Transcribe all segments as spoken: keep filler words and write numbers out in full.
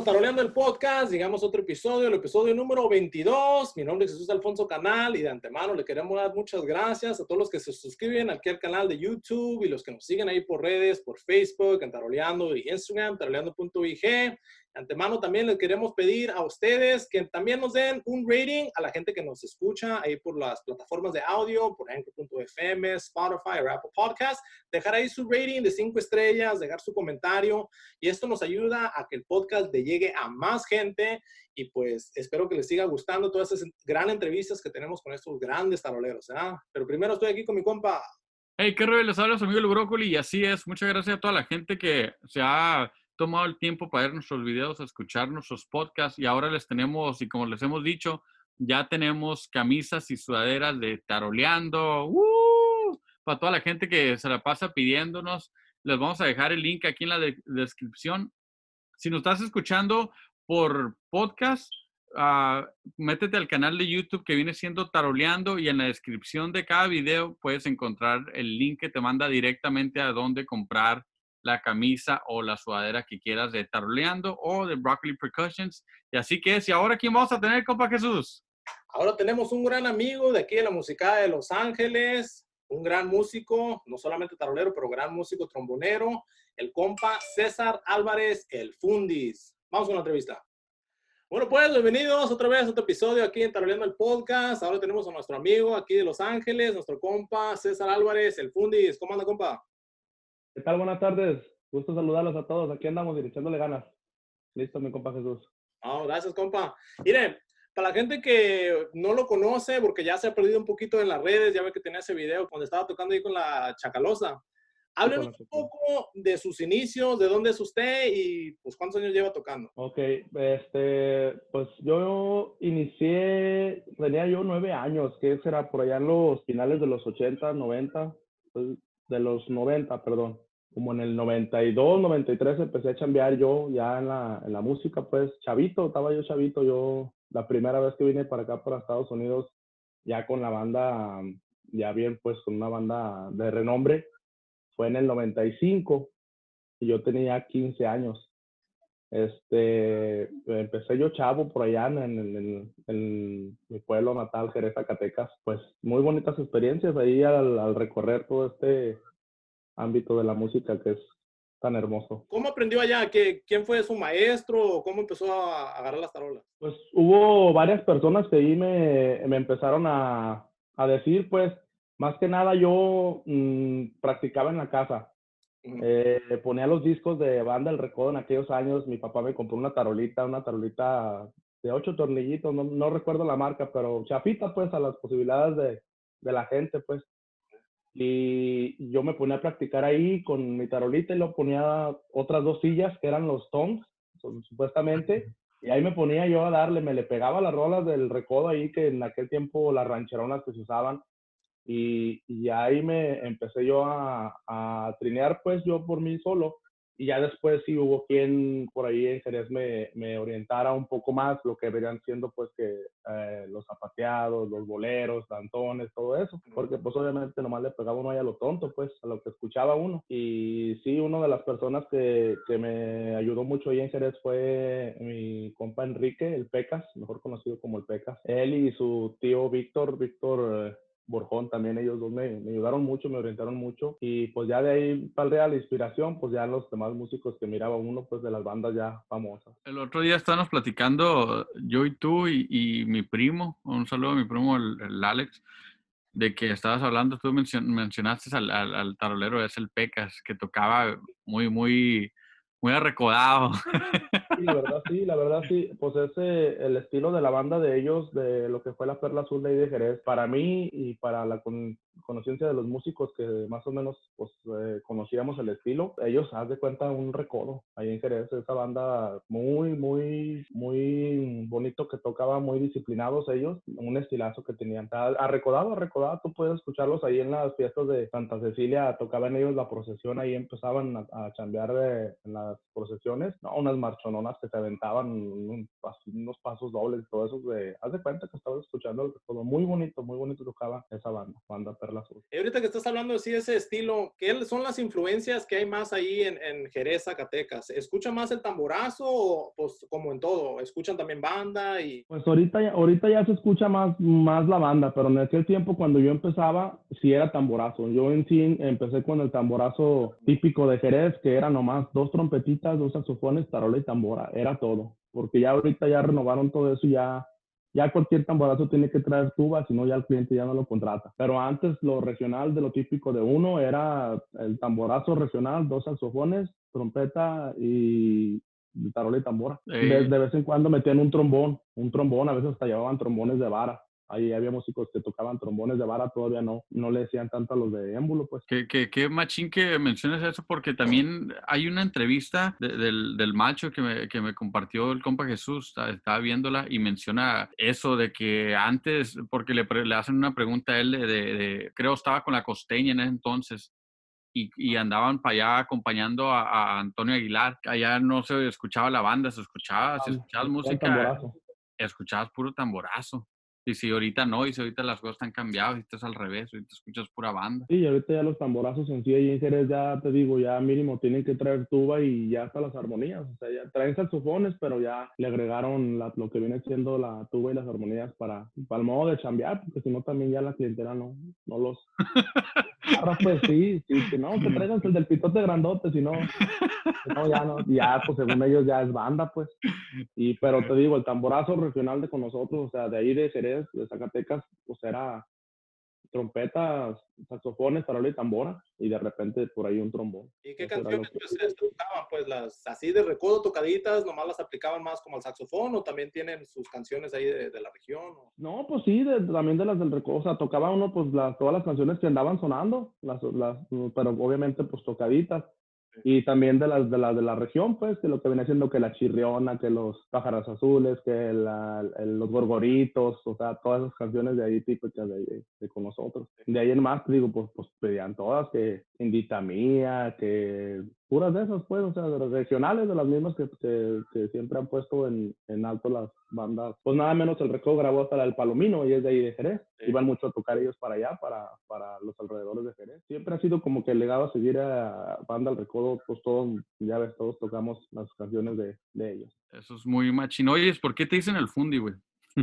a Taroleando el Podcast, llegamos a otro episodio, el episodio número veintidós. Mi nombre es Jesús Alfonso Canal y de antemano le queremos dar muchas gracias a todos los que se suscriben aquí al canal de YouTube y los que nos siguen ahí por redes, por Facebook, en Taroleando y Instagram, taroleando punto i ge. De antemano también les queremos pedir a ustedes que también nos den un rating a la gente que nos escucha ahí por las plataformas de audio, por anchor punto efe eme, Spotify o Apple Podcast. Dejar ahí su rating de cinco estrellas, dejar su comentario y esto nos ayuda a que el podcast le llegue a más gente y pues espero que les siga gustando todas esas grandes entrevistas que tenemos con estos grandes taroleros, ¿eh? Pero primero estoy aquí con mi compa. Hey, qué rollo, les habla su amigo el Brócoli y así es. Muchas gracias a toda la gente que se ha tomado el tiempo para ver nuestros videos, a escuchar nuestros podcasts y ahora les tenemos, y como les hemos dicho, ya tenemos camisas y sudaderas de Taroleando. ¡Uh! Para toda la gente que se la pasa pidiéndonos, les vamos a dejar el link aquí en la de- descripción. Si nos estás escuchando por podcast, uh, métete al canal de YouTube que viene siendo Taroleando y en la descripción de cada video puedes encontrar el link que te manda directamente a dónde comprar la camisa o la sudadera que quieras de Taroleando o de Broccoli Percussions. Y así que es. ¿Y ahora quién vamos a tener, compa Jesús? Ahora tenemos un gran amigo de aquí de la música de Los Ángeles, un gran músico, no solamente tarolero, pero gran músico trombonero, el compa César Álvarez, el Fundis. Vamos con la entrevista. Bueno, pues bienvenidos otra vez a otro episodio aquí en Taroleando el Podcast. Ahora tenemos a nuestro amigo aquí de Los Ángeles, nuestro compa César Álvarez, el Fundis. ¿Cómo anda, compa? ¿Qué tal? Buenas tardes. Gusto saludarlos a todos. Aquí andamos y echándole ganas. Listo, mi compa Jesús. Oh, gracias, compa. Miren, para la gente que no lo conoce, porque ya se ha perdido un poquito en las redes, ya ve que tenía ese video cuando estaba tocando ahí con la Chacalosa. Háblenos un poco de sus inicios, de dónde es usted y pues cuántos años lleva tocando. Ok, este, pues yo inicié, tenía yo nueve años, que será por allá en los finales de los ochenta, noventa, pues, de los noventa, perdón. Como en el noventa y dos, noventa y tres empecé a chambear yo ya en la, en la música, pues chavito, estaba yo chavito, yo la primera vez que vine para acá, para Estados Unidos, ya con la banda, ya bien pues con una banda de renombre, fue en el noventa y cinco y yo tenía quince años. Este, empecé yo chavo por allá en, en, en, en mi pueblo natal, Jerez, Zacatecas. Pues muy bonitas experiencias ahí al, al recorrer todo este ámbito de la música que es tan hermoso. ¿Cómo aprendió allá? ¿Qué, ¿Quién fue su maestro? ¿Cómo empezó a agarrar las tarolas? Pues hubo varias personas que ahí me, me empezaron a, a decir, pues, más que nada yo mmm, practicaba en la casa. Uh-huh. Eh, ponía los discos de Banda El Recodo en aquellos años. Mi papá me compró una tarolita, una tarolita de ocho tornillitos, no, no recuerdo la marca, pero chafita, pues, a las posibilidades de, de la gente, pues. Y yo me ponía a practicar ahí con mi tarolita y lo ponía otras dos sillas que eran los tongs, supuestamente. Y ahí me ponía yo a darle, me le pegaba las rolas del Recodo ahí, que en aquel tiempo las rancheronas que se usaban. Y, y ahí me empecé yo a, a trinear pues yo por mí solo y ya después sí hubo quien por ahí en Jerez me, me orientara un poco más lo que verían siendo pues que eh, los zapateados, los boleros, dantones, todo eso, porque pues obviamente nomás le pegaba uno ahí a lo tonto pues, a lo que escuchaba uno. Y sí, una de las personas que, que me ayudó mucho ahí en Jerez fue mi compa Enrique, el Pecas, mejor conocido como el Pecas. Él y su tío Víctor, Víctor eh, Borjón, también ellos dos me, me ayudaron mucho, me orientaron mucho y pues ya de ahí para el real inspiración, pues ya los demás músicos que miraba uno pues de las bandas ya famosas. El otro día estábamos platicando yo y tú y, y mi primo, un saludo a mi primo el, el Alex, de que estabas hablando, tú mencion, mencionaste al, al, al tarolero, es el Pecas, que tocaba muy, muy, muy arrecodado. Sí, la verdad sí, la verdad sí, pues ese, el estilo de la banda de ellos, de lo que fue la Perla Azul de ahí de Jerez, para mí y para la con, conociencia de los músicos que más o menos pues eh, conocíamos el estilo, ellos, haz de cuenta, un recodo ahí en Jerez, esa banda muy, muy, muy bonito que tocaba, muy disciplinados ellos, un estilazo que tenían, arrecodado, arrecodado, tú puedes escucharlos ahí en las fiestas de Santa Cecilia, tocaban ellos la procesión, ahí empezaban a, a chambear de, en las procesiones, no, unas marchotas pachononas que se aventaban un, unos pasos dobles, todo eso, de, haz de cuenta que estaba escuchando el recodo, muy bonito, muy bonito tocaba esa banda, banda Perla Azul. Y ahorita que estás hablando así de ese estilo, ¿qué son las influencias que hay más ahí en, en Jerez, Zacatecas? ¿Escucha más el tamborazo o pues como en todo? ¿Escuchan también banda? Y... Pues ahorita ya, ahorita ya se escucha más, más la banda, pero en aquel tiempo cuando yo empezaba, sí era tamborazo. Yo en sí empecé con el tamborazo típico de Jerez, que era nomás dos trompetitas, dos saxofones, tarola y tambora, era todo. Porque ya ahorita ya renovaron todo eso y ya, ya cualquier tamborazo tiene que traer tuba, si no ya el cliente ya no lo contrata. Pero antes lo regional de lo típico de uno era el tamborazo regional, dos saxofones, trompeta y tarola y tambora. Eh, De, de vez en cuando metían un trombón, un trombón, a veces hasta llevaban trombones de vara. Ahí había músicos que tocaban trombones de vara, todavía no, no le decían tanto a los de émbulo, pues. Qué, qué, qué machín que menciones eso, porque también hay una entrevista de, del, del macho que me, que me compartió el compa Jesús, estaba, estaba viéndola y menciona eso de que antes, porque le, le hacen una pregunta a él de, de, de creo estaba con la costeña en ese entonces, y, y andaban para allá acompañando a, a Antonio Aguilar. Allá no se escuchaba la banda, se escuchaba, si escuchabas música, escuchabas puro tamborazo. Y si ahorita no, y si ahorita las cosas han cambiado, y estás al revés, ahorita escuchas pura banda. Sí, y ahorita ya los tamborazos en sí, y en Jerez ya te digo, ya mínimo tienen que traer tuba y ya hasta las armonías. O sea, ya traen saxofones, pero ya le agregaron la, lo que viene siendo la tuba y las armonías para, para el modo de chambear, porque si no también ya la clientela no, no los... Ahora pues sí, sí, que no, que traigan el del pitote grandote, si no, no, ya no, ya pues según ellos ya es banda, pues. Y, pero te digo, el tamborazo regional de con nosotros, o sea, de ahí de Jerez, de Zacatecas, pues era trompetas, saxofones, tarola y tambora, y de repente por ahí un trombón. ¿Y qué Eso era canciones lo que... pues se tocaban? Pues las así de recodo tocaditas, nomás las aplicaban más como al saxofón o también tienen sus canciones ahí de, de la región. ¿O? No, pues sí, de, también de las del recodo, o sea, tocaba uno pues las, todas las canciones que andaban sonando, las, las, pero obviamente pues tocaditas. Y también de las de la, de la región, pues, que lo que viene siendo que la chirriona, que los pájaros azules, que la, el, los gorgoritos, o sea, todas esas canciones de ahí típicas de, de, de con nosotros. De ahí en más, digo, pues, pues pedían todas, que Indita Mía, que puras de esas, pues, o sea, de las regionales, de las mismas que, que, que siempre han puesto en, en alto las bandas. Pues nada menos el Recodo grabó hasta la del Palomino y es de ahí de Jerez. Sí. Iban mucho a tocar ellos para allá, para, para los alrededores de Jerez. Siempre ha sido como que el legado a seguir a Banda El Recodo, pues todos, ya ves, todos tocamos las canciones de, de ellos. Eso es muy machino. Oye, ¿por qué te dicen el Fundi, güey?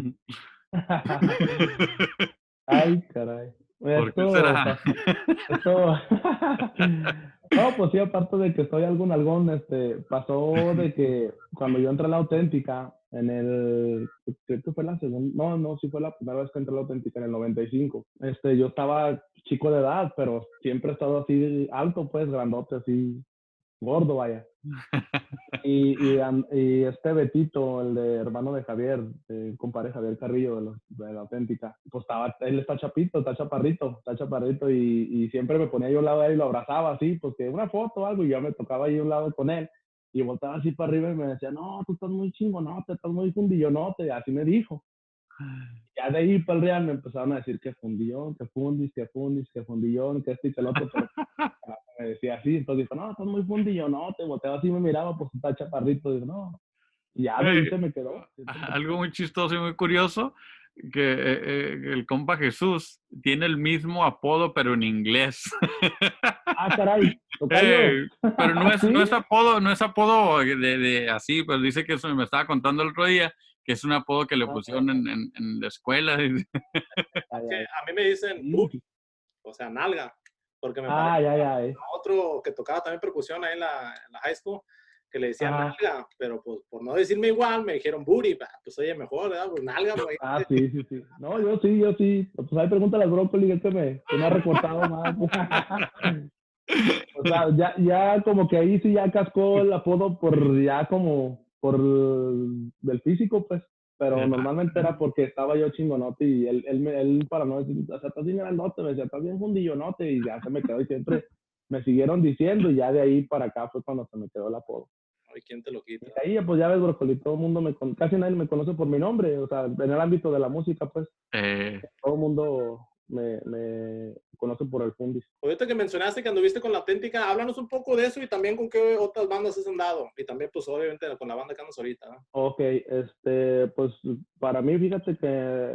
Ay, caray. ¿Por esto, qué será? Esto... No, pues sí, aparte de que estoy algún algún, este, pasó de que cuando yo entré a la Auténtica, en el, creo que fue la segunda, no, no, sí fue la primera vez que entré a la Auténtica, en el noventa y cinco. Este, yo estaba chico de edad, pero siempre he estado así alto, pues, grandote, así, gordo, vaya. Y, y, y este Betito, el de hermano de Javier, eh, compadre Javier Carrillo de, los, de la Auténtica, pues estaba, él está chapito, está chaparrito, está chaparrito y, y siempre me ponía yo a un lado de él y lo abrazaba así, pues que una foto o algo y yo me tocaba ahí a un lado con él y voltaba así para arriba y me decía, no, tú estás muy chingonote, estás muy fundillonote, así me dijo. Ya de ahí para el Real me empezaron a decir que fundillón, que fundis, que fundis, que fundillón, que este y que el otro, pero me decía así, entonces dijo, no, estás muy fundillón, no, te volteaba así y me miraba, pues está chaparrito, digo, no, y ya de ahí Hey, se me quedó. Algo muy chistoso y muy curioso, que eh, eh, el compa Jesús tiene el mismo apodo, pero en inglés. Ah, caray, hey, pero no es, ¿Sí? no es apodo, no es apodo de, de así, pues dice que eso me estaba contando el otro día, que es un apodo que le pusieron en, en, en la escuela. Que a mí me dicen booty, o sea, nalga, porque me ah, parece ya, ya, eh. otro que tocaba también percusión ahí en la, en la high school, que le decían Ajá. nalga, pero pues por no decirme igual, me dijeron booty, pues oye, mejor, ¿verdad? Pues nalga. Pues, ah, sí, sí, sí. No, yo sí, yo sí. Pues ahí pregúntale al brócoli, que me, que me ha recortado más. O sea, ya, ya como que ahí sí ya cascó el apodo por ya como por del físico, pues. Pero normalmente era porque estaba yo chingonote y él, él, él para no decir, o sea, estás bien grandote, me decía, estás bien fundillonote y ya se me quedó y siempre me siguieron diciendo y ya de ahí para acá fue cuando se me quedó el apodo. Ay, ¿quién te lo quita? Y ahí, pues ya ves, brócoli, todo el mundo me conoce, casi nadie me conoce por mi nombre, o sea, en el ámbito de la música, pues. Eh. Todo el mundo me, me conocen por el Fundis. Ahorita que mencionaste que anduviste con La Auténtica, háblanos un poco de eso y también con qué otras bandas has andado. Y también, pues, obviamente, con la banda que andas ahorita, ¿no? Ok, este, pues, para mí, fíjate que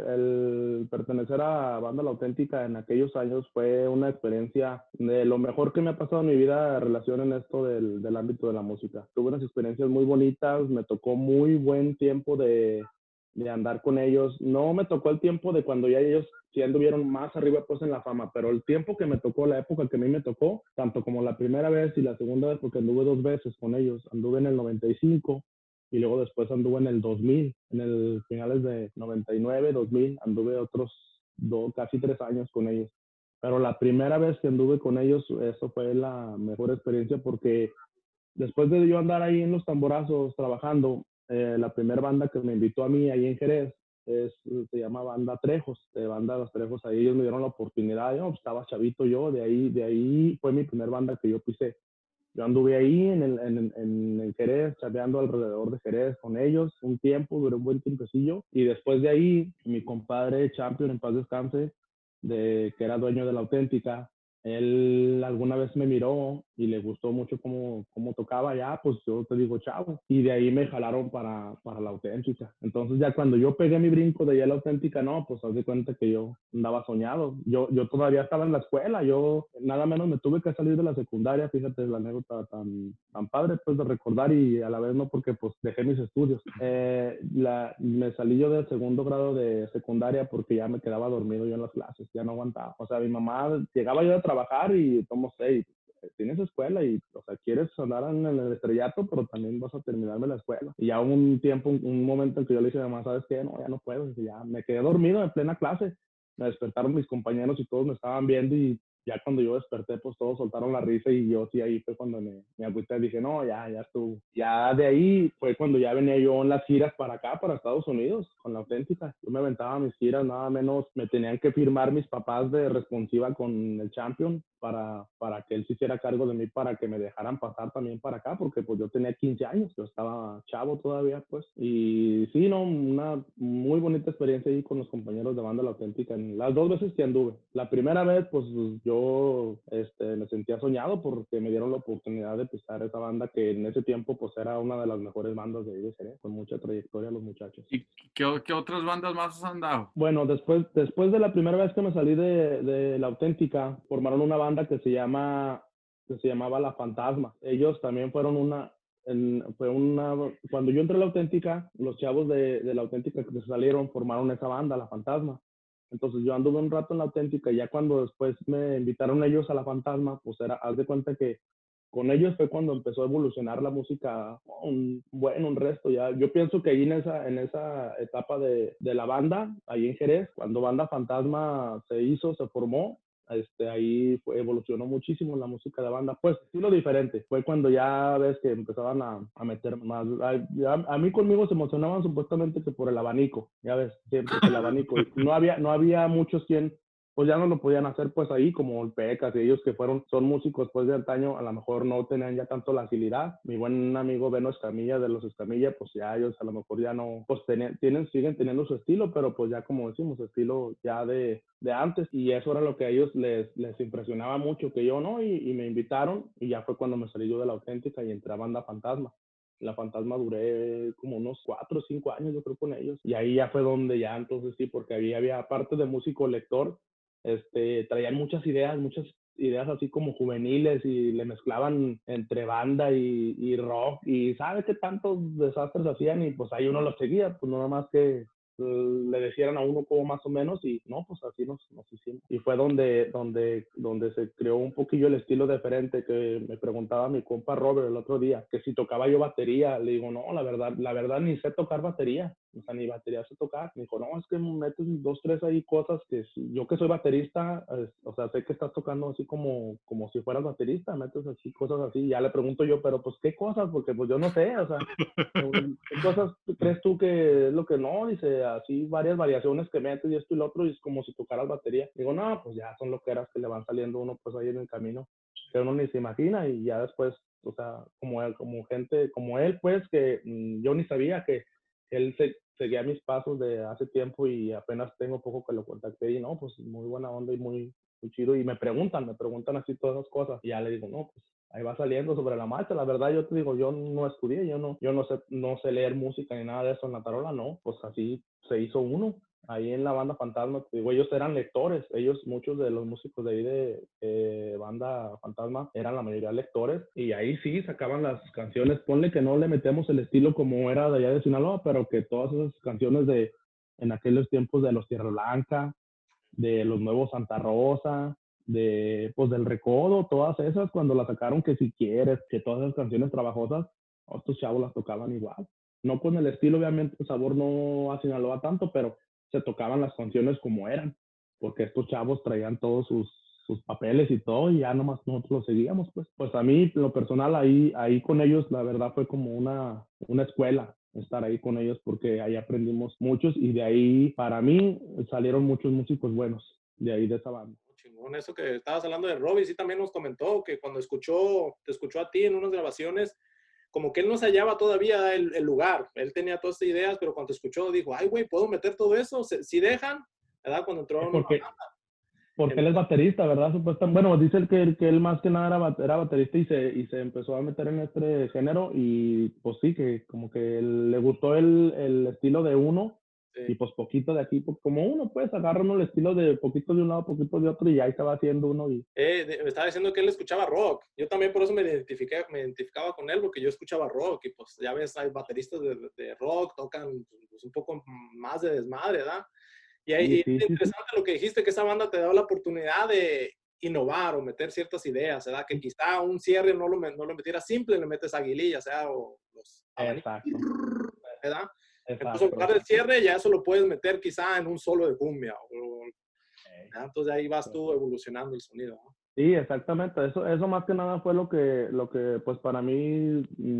el pertenecer a Banda La Auténtica en aquellos años fue una experiencia de lo mejor que me ha pasado en mi vida en relación en esto del, del ámbito de la música. Tuve unas experiencias muy bonitas, me tocó muy buen tiempo de, de andar con ellos. No me tocó el tiempo de cuando ya ellos sí anduvieron más arriba pues en la fama, pero el tiempo que me tocó, la época que a mí me tocó, tanto como la primera vez y la segunda vez, porque anduve dos veces con ellos, anduve en el noventa y cinco y luego después anduve en el dos mil, en el finales de noventa y nueve, dos mil, anduve otros dos, casi tres años con ellos. Pero la primera vez que anduve con ellos, eso fue la mejor experiencia porque después de yo andar ahí en los tamborazos trabajando, eh, la primera banda que me invitó a mí ahí en Jerez es, se llama Banda Trejos, de Banda Los Trejos. Ahí ellos me dieron la oportunidad, yo estaba chavito yo, de ahí, de ahí fue mi primer banda que yo pisé. Yo anduve ahí en el, en, en el Jerez, chaveando alrededor de Jerez con ellos un tiempo, duré un buen tiempecillo. Y después de ahí, mi compadre Champion, en paz descanse, de, que era dueño de La Auténtica, él alguna vez me miró y le gustó mucho cómo, cómo tocaba ya, pues yo te digo chavo. Y de ahí me jalaron para, para La Auténtica. Entonces ya cuando yo pegué mi brinco de allá a La Auténtica, no, pues haz de cuenta que yo andaba soñado. Yo, yo todavía estaba en la escuela, yo nada menos me tuve que salir de la secundaria, fíjate la anécdota tan, tan padre pues de recordar y a la vez no porque pues dejé mis estudios. Eh, la, me salí yo del segundo grado de secundaria porque ya me quedaba dormido yo en las clases, ya no aguantaba. O sea, mi mamá llegaba yo a trabajar y como sé, tienes escuela y, o sea, quieres andar en el estrellato, pero también vas a terminarme la escuela. Y ya hubo un tiempo, un, un momento en que yo le dije a mi mamá, ¿sabes qué? No, ya no puedo. Y ya me quedé dormido en plena clase. Me despertaron mis compañeros y todos me estaban viendo y ya cuando yo desperté, pues todos soltaron la risa y yo sí, ahí fue cuando me, me agüité, dije, no, ya, ya estuvo. Ya de ahí fue cuando ya venía yo en las giras para acá, para Estados Unidos, con La Auténtica. Yo me aventaba mis giras, nada menos me tenían que firmar mis papás de responsiva con el Champion para, para que él se hiciera cargo de mí, para que me dejaran pasar también para acá, porque pues yo tenía quince años, yo estaba chavo todavía, pues. Y sí, no, una muy bonita experiencia ahí con los compañeros de Banda La Auténtica, en las dos veces que anduve. La primera vez, pues yo Yo este, me sentía soñado porque me dieron la oportunidad de pisar esa banda que en ese tiempo pues era una de las mejores bandas de ahí de Jerez, con mucha trayectoria los muchachos. ¿Y qué, qué otras bandas más has andado? Bueno, después, después de la primera vez que me salí de, de La Auténtica, formaron una banda que se llama, que se llamaba La Fantasma. Ellos también fueron una, en, fue una, cuando yo entré a La Auténtica, los chavos de, de La Auténtica que se salieron formaron esa banda, La Fantasma. Entonces yo anduve un rato en La Auténtica y ya cuando después me invitaron ellos a La Fantasma, pues era, haz de cuenta que con ellos fue cuando empezó a evolucionar la música un bueno, un resto ya. Yo pienso que ahí en esa, en esa etapa de, de la banda, ahí en Jerez, cuando Banda Fantasma se hizo, se formó, este, ahí fue, evolucionó muchísimo la música de banda, pues estilo diferente. Fue cuando ya ves que empezaban a, a meter más. A, a, a mí conmigo se emocionaban supuestamente que por el abanico, ya ves, siempre que el abanico. No había, no había muchos quien pues ya no lo podían hacer pues ahí como el Pecas y ellos que fueron, son músicos pues de antaño, a lo mejor no tenían ya tanto la agilidad. Mi buen amigo Beno Escamilla de los Escamilla, pues ya ellos a lo mejor ya no, pues tenían, tienen, siguen teniendo su estilo, pero pues ya como decimos, estilo ya de, de antes y eso era lo que a ellos les, les impresionaba mucho, que yo no, y, y me invitaron y ya fue cuando me salí yo de La Auténtica y entré a Banda Fantasma. La Fantasma duré como unos cuatro o cinco años yo creo con ellos y ahí ya fue donde ya entonces sí, porque ahí había aparte de músico lector, este, traían muchas ideas, muchas ideas así como juveniles y le mezclaban entre banda y, y rock y sabe qué tantos desastres hacían y pues ahí uno los seguía, pues nada más que le decían a uno como más o menos y no, pues así nos, nos hicimos. Y fue donde, donde, donde se creó un poquillo el estilo diferente que me preguntaba mi compa Robert el otro día, que si tocaba yo batería, le digo, no, la verdad, la verdad ni sé tocar batería, o sea, ni batería sé tocar. Me dijo, no, es que metes dos, tres ahí cosas que yo que soy baterista, es, o sea, sé que estás tocando así como, como si fueras baterista, metes así cosas así. Y ya le pregunto yo, pero pues, ¿qué cosas? Porque pues yo no sé, o sea, ¿qué cosas crees tú que es lo que no? Dice, así varias variaciones que metes y esto y lo otro, y es como si tocaras batería. Digo, no, pues ya son loqueras que le van saliendo uno pues ahí en el camino, que uno ni se imagina y ya después, o sea, como él, como gente, como él, pues, que mmm, yo ni sabía que él se, seguía mis pasos de hace tiempo y apenas tengo poco que lo contacté y no, pues muy buena onda y muy, muy chido. Y me preguntan, me preguntan así todas esas cosas. Y ya le digo, no, pues ahí va saliendo sobre la marcha. La verdad, yo te digo, yo no estudié, yo no, yo no sé, no sé leer música ni nada de eso en la tarola, no. Pues así se hizo uno. Ahí en la banda Fantasma, te digo, ellos eran lectores, ellos, muchos de los músicos de ahí de eh, banda Fantasma, eran la mayoría lectores, y ahí sí sacaban las canciones, ponle que no le metemos el estilo como era de allá de Sinaloa, pero que todas esas canciones de, en aquellos tiempos de los Tierra Blanca, de los nuevos Santa Rosa, de, pues del Recodo, todas esas, cuando las sacaron, que si quieres, que todas esas canciones trabajosas, estos chavos las tocaban igual. No con el estilo, obviamente, el sabor no a Sinaloa tanto, pero se tocaban las canciones como eran, porque estos chavos traían todos sus, sus papeles y todo, y ya nomás nosotros los seguíamos, pues. Pues a mí, lo personal, ahí, ahí con ellos, la verdad, fue como una, una escuela estar ahí con ellos, porque ahí aprendimos muchos, y de ahí, para mí, salieron muchos músicos buenos, de ahí, de esa banda. Chingón, eso que estabas hablando de Robbie, sí también nos comentó que cuando escuchó, te escuchó a ti en unas grabaciones, como que él no se hallaba todavía el, el lugar. Él tenía todas estas ideas, pero cuando escuchó dijo, ay, güey, ¿puedo meter todo eso? Si dejan, ¿verdad? Cuando entró a una porque, banda. porque él es baterista, ¿verdad? Supuestamente, bueno, dice él que, que él más que nada era, era baterista y se, y se empezó a meter en este género y pues sí, que como que le gustó el, el estilo de uno. Sí. Y pues poquito de aquí, pues, como uno, pues agarra uno el estilo de poquito de un lado, poquito de otro y ahí se va haciendo uno. Y... Eh, de, me estaba diciendo que él escuchaba rock. Yo también por eso me, identifiqué, me identificaba con él, porque yo escuchaba rock. Y pues ya ves, hay bateristas de, de rock, tocan pues, un poco más de desmadre, ¿verdad? Y, ahí, sí, y sí, es interesante sí. Lo que dijiste, que esa banda te da la oportunidad de innovar o meter ciertas ideas, ¿verdad? Que quizá un cierre no lo, no lo metiera simple, le metes aguilillas, ¿verdad? O los Exacto. ¿verdad? Exacto. Entonces, en lugar del cierre, ya eso lo puedes meter quizá en un solo de cumbia. O, entonces, ahí vas tú evolucionando el sonido, ¿no? Sí, exactamente. Eso, eso más que nada fue lo que, lo que pues para mí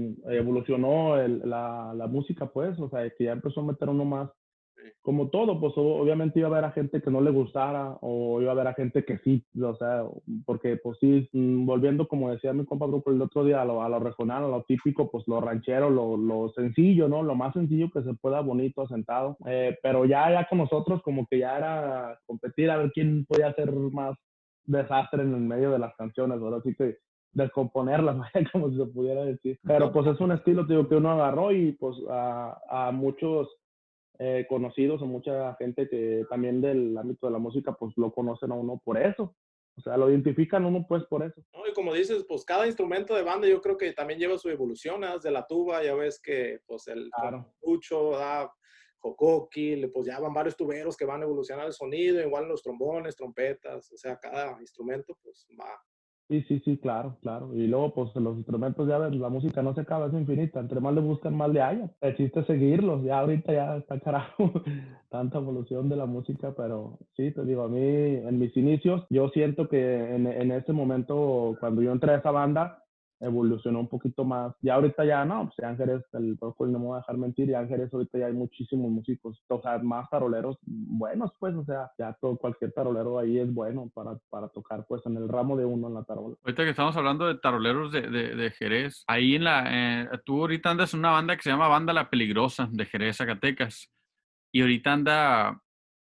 evolucionó el, la, la música, pues, o sea, que ya empezó a meter uno más, sí. Como todo, pues obviamente iba a haber a gente que no le gustara o iba a haber a gente que sí, o sea, porque pues sí, volviendo como decía mi compa Bruco el otro día, a lo, a lo regional, a lo típico, pues lo ranchero, lo, lo sencillo, ¿no? Lo más sencillo que se pueda, bonito, asentado. Eh, pero ya, ya con nosotros como que ya era competir a ver quién podía hacer más desastre en el medio de las canciones, ahora sí que descomponerlas, como si se pudiera decir. Pero pues es un estilo, digo, que uno agarró y pues a, a muchos eh, conocidos o mucha gente que también del ámbito de la música pues lo conocen a uno por eso. O sea, lo identifican a uno pues por eso. No, y como dices, pues cada instrumento de banda yo creo que también lleva su evolución, ¿eh? Desde la tuba, ya ves que pues el claro. Lucho, ¿verdad? Jocoqui, pues ya van varios tuberos que van a evolucionar el sonido, igual los trombones, trompetas, o sea, cada instrumento pues va. Sí, sí, sí, claro, claro. Y luego, pues, los instrumentos, ya ves, la música no se acaba, es infinita. Entre más le buscan, más le hallan. El chiste es seguirlos. Ya ahorita ya está carajo tanta evolución de la música, pero sí, te digo, a mí, en mis inicios, yo siento que en, en ese momento, cuando yo entré a esa banda, evolucionó un poquito más. Ya ahorita ya no, pues Ángeles, el Brócoli no me voy a dejar mentir, y Ángeles ahorita ya hay muchísimos músicos, o sea, más taroleros buenos, pues, o sea, ya todo, cualquier tarolero ahí es bueno para, para tocar, pues, en el ramo de uno en la tarola. Ahorita que estamos hablando de taroleros de, de, de Jerez, ahí en la, eh, tú ahorita andas en una banda que se llama Banda La Peligrosa, de Jerez, Zacatecas, y ahorita anda,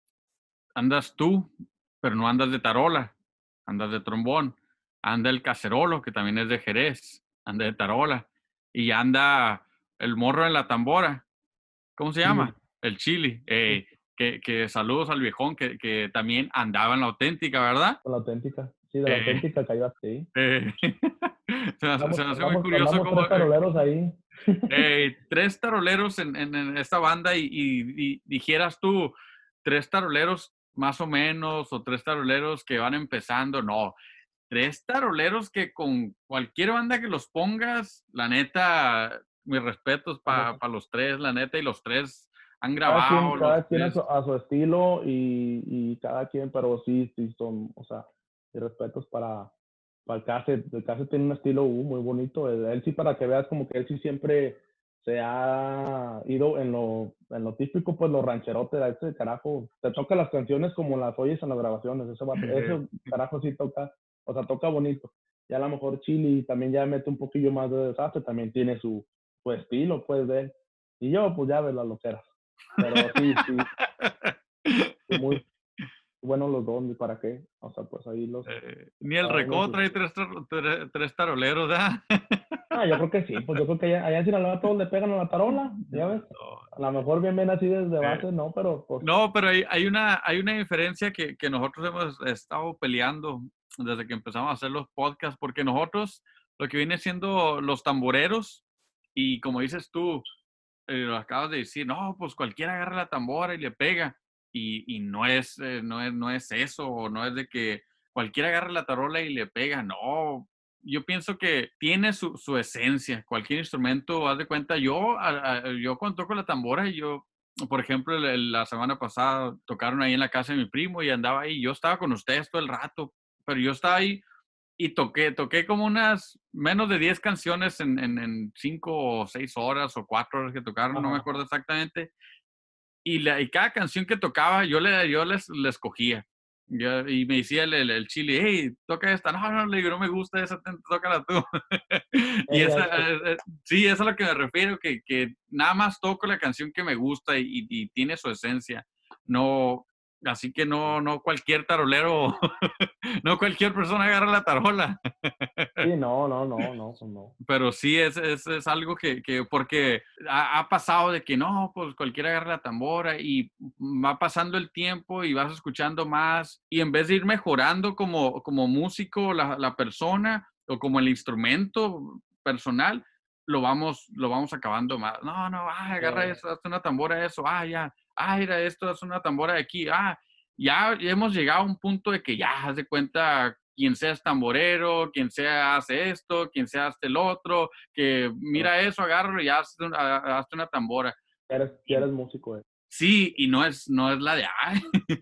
andas tú, pero no andas de tarola, andas de trombón. Anda el Cacerolo, que también es de Jerez, anda de tarola. Y anda el morro en la tambora. ¿Cómo se llama? Sí. El Chili. Eh, sí. que, que saludos al viejón, que, que también andaba en la auténtica, ¿verdad? La auténtica. Sí, de la eh, auténtica cayó así. Eh, se me hace muy curioso andamos cómo... tres taroleros ahí. Eh, tres taroleros en, en, en esta banda y, y, y dijeras tú, tres taroleros más o menos, o tres taroleros que van empezando, no. Tres taroleros que con cualquier banda que los pongas, la neta, mis respetos para pa los tres, la neta, y los tres han grabado. Cada quien, cada los quien tres. A, su, a su estilo y, y cada quien, pero sí, sí son, o sea, mis respetos para, para el Cassette. El Cassette tiene un estilo uh, muy bonito. Él, él sí, para que veas como que él sí siempre se ha ido en lo, en lo típico, pues los rancherotes, a ese carajo, te toca las canciones como las oyes en las grabaciones, ese, ese carajo sí toca, o sea, toca bonito. Ya a lo mejor Chili también ya mete un poquillo más de desastre, también tiene su, su estilo, pues, de él. Y yo, pues ya ves las loqueras. Pero sí, sí, sí, muy buenos los dos, ni para qué. O sea, pues ahí los, Eh, ni el cada uno recodo sus... trae tres, tar- tres, tres taroleros, ¿ah? Ah, yo creo que sí, pues yo creo que allá, allá en Sinaloa todos le pegan a la tarola, ya ves. No, A lo mejor bien bien así desde eh, base, no, pero pues no, pero hay, hay una, hay una diferencia que, que nosotros hemos estado peleando desde que empezamos a hacer los podcasts, porque nosotros, lo que viene siendo los tamboreros, y como dices tú, eh, lo acabas de decir, no, pues cualquiera agarra la tambora y le pega, y, y no, es, eh, no, es, no es eso, o no es de que cualquiera agarra la tarola y le pega, no. Yo pienso que tiene su, su esencia, cualquier instrumento, haz de cuenta, yo, a- a- yo cuando toco la tambora, yo por ejemplo, el- el- la semana pasada tocaron ahí en la casa de mi primo y andaba ahí. Yo estaba con ustedes todo el rato, pero yo estaba ahí y toqué, toqué como unas menos de diez canciones en, en, en cinco o seis horas o cuatro horas que tocaron, no me ajá. acuerdo exactamente. Y, la, y cada canción que tocaba, yo, le, yo les, les escogía. Yo- y me decía el, el, el chile, hey, toca esta. No, no, le digo, no me gusta esa, ten- tócala tú. Y Eh, esa, eh, eh, eh, sí, eso es a lo que me refiero, que, que nada más toco la canción que me gusta y, y- y tiene su esencia. No, así que no, no cualquier tarolero, no cualquier persona agarra la tarola. sí, no, no, no, no, pues no. Pero sí es, es, es algo que, que porque ha, ha pasado de que no, pues cualquiera agarra la tambora y va pasando el tiempo y vas escuchando más y en vez de ir mejorando como, como músico la, la persona o como el instrumento personal, lo vamos, lo vamos acabando más. No, no, ah, agarra Eh, eso, haz una tambora eso, ah, ya, ah, mira esto, es una tambora de aquí, ah, ya, ya hemos llegado a un punto de que ya, haz de cuenta, quien sea es tamborero, quien sea hace esto, quien sea hace el otro, que eh, mira eso, agárralo y hazte una, hazte una tambora. ya eres, ya Y eres músico, eh. sí, y no es, no es la de, ay,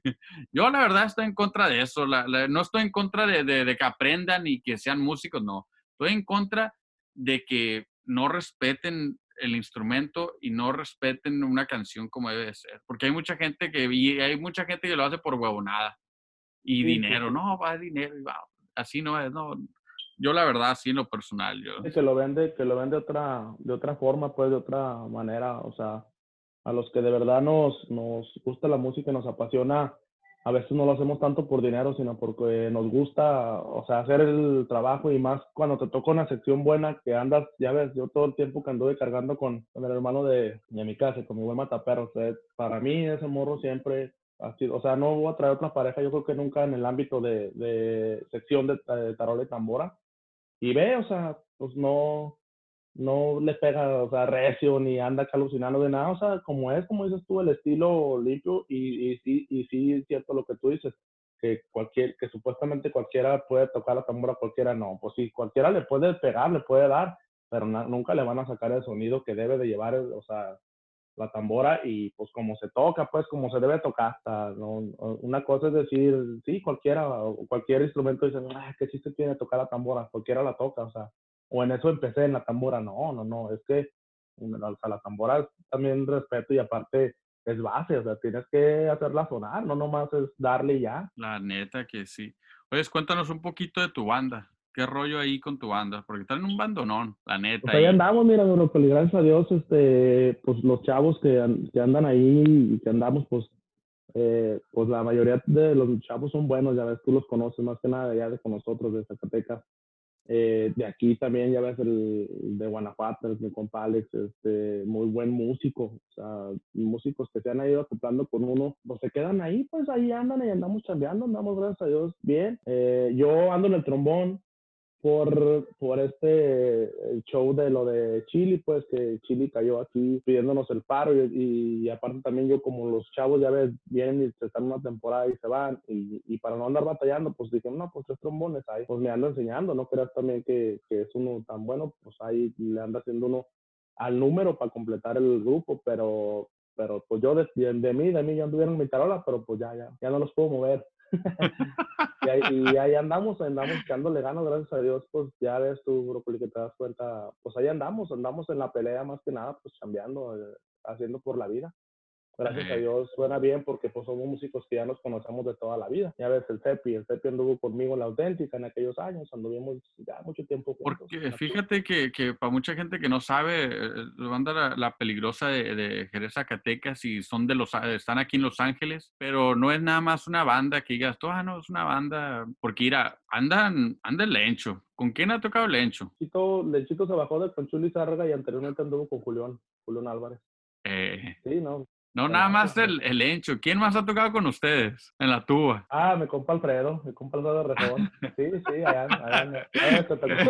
yo la verdad estoy en contra de eso, la- la- no estoy en contra de, de, de que aprendan y que sean músicos, no, estoy en contra de que no respeten el instrumento y no respeten una canción como debe de ser, porque hay mucha gente que, y hay mucha gente que lo hace por huevonada y Sí, sí, dinero, sí. no, va dinero y va, así no es, no, yo la verdad, así en lo personal, yo, Sí, que lo vende, que lo vende de otra, de otra forma, pues de otra manera, o sea, a los que de verdad nos, nos gusta la música y nos apasiona, a veces no lo hacemos tanto por dinero, sino porque nos gusta, o sea, hacer el trabajo y más cuando te toca una sección buena que andas, ya ves, yo todo el tiempo que anduve cargando con, con el hermano de, de mi casa, con mi buen mataperro, o sea, para mí ese morro siempre ha sido, o sea, no voy a traer otra pareja, yo creo que nunca en el ámbito de, de sección de, de tarola y tambora, y ve, o sea, pues no, no le pega, o sea, recio, ni anda acá alucinando de nada, o sea, como es, como dices tú, el estilo limpio, y, y sí, y sí es cierto lo que tú dices, que cualquier, que supuestamente cualquiera puede tocar la tambora, cualquiera no, pues sí, cualquiera le puede pegar, le puede dar, pero na, nunca le van a sacar el sonido que debe de llevar, o sea, la tambora, y pues como se toca, pues como se debe tocar, o sea, no, una cosa es decir, sí, cualquiera, o cualquier instrumento dice, ah, qué chiste tiene tocar la tambora, cualquiera la toca, o sea, o en eso empecé en la tambora, no, no, no, es que, o sea, la tambora es también respeto y aparte es base, o sea, tienes que hacerla sonar, no nomás es darle y ya. la neta que sí. Oye, cuéntanos un poquito de tu banda, qué rollo ahí con tu banda, porque están en un bandonón, la Pues neta, ahí y andamos, mira, Brócoli, gracias a Dios, este, pues los chavos que, an- que andan ahí y que andamos, pues, eh, pues la mayoría de los chavos son buenos, ya ves, tú los conoces más que nada de allá de con nosotros, de Zacatecas. Eh, de aquí también, ya ves, el, el de Guanajuato, el mi compa Alex, este, muy buen músico, o sea, músicos que se han ido acoplando con uno, pues se quedan ahí, pues ahí andan y andamos chambeando, andamos, gracias a Dios, bien. Eh, yo ando en el trombón, por, por este el show de lo de Chili, pues que Chili cayó aquí pidiéndonos el paro y, y aparte también yo como los chavos ya ves, vienen y se están una temporada y se van y, y para no andar batallando, pues dije, no, pues tres trombones ahí, pues me ando enseñando, no creas también que, que es uno tan bueno, pues ahí le anda haciendo uno al número para completar el grupo, pero pero pues yo de, de, de mí, de mí ya anduvieron en mi tarola, pero pues ya, ya, ya no los puedo mover. Y ahí, y ahí andamos, andamos echándole ganas, gracias a Dios, pues ya ves tú, Brócoli, que te das cuenta, pues ahí andamos, andamos en la pelea más que nada, pues cambiando, eh, haciendo por la vida. gracias a Eh, Dios suena bien porque pues somos músicos que ya nos conocemos de toda la vida. Ya ves, el Cepi, el Cepi anduvo conmigo en La Auténtica en aquellos años, anduvimos ya mucho tiempo juntos. Porque fíjate que, que para mucha gente que no sabe, eh, la banda La, La Peligrosa de, de Jerez, Zacatecas, y son de los, están aquí en Los Ángeles, pero no es nada más una banda que digas, tú, ah, no, es una banda, porque mira, andan, anda el Lencho. ¿Con quién ha tocado el Lencho? Chito, Lechito se bajó de con Chuli Zárraga y anteriormente anduvo con Julián, Julián Álvarez. Eh, Sí, no, no, nada buenazo. más el, el Lencho. ¿Quién más ha tocado con ustedes en la tuba? Ah, mi compa Alfredo, mi compa Alfredo Rejón. Sí, sí, allá, allá, allá te tocó.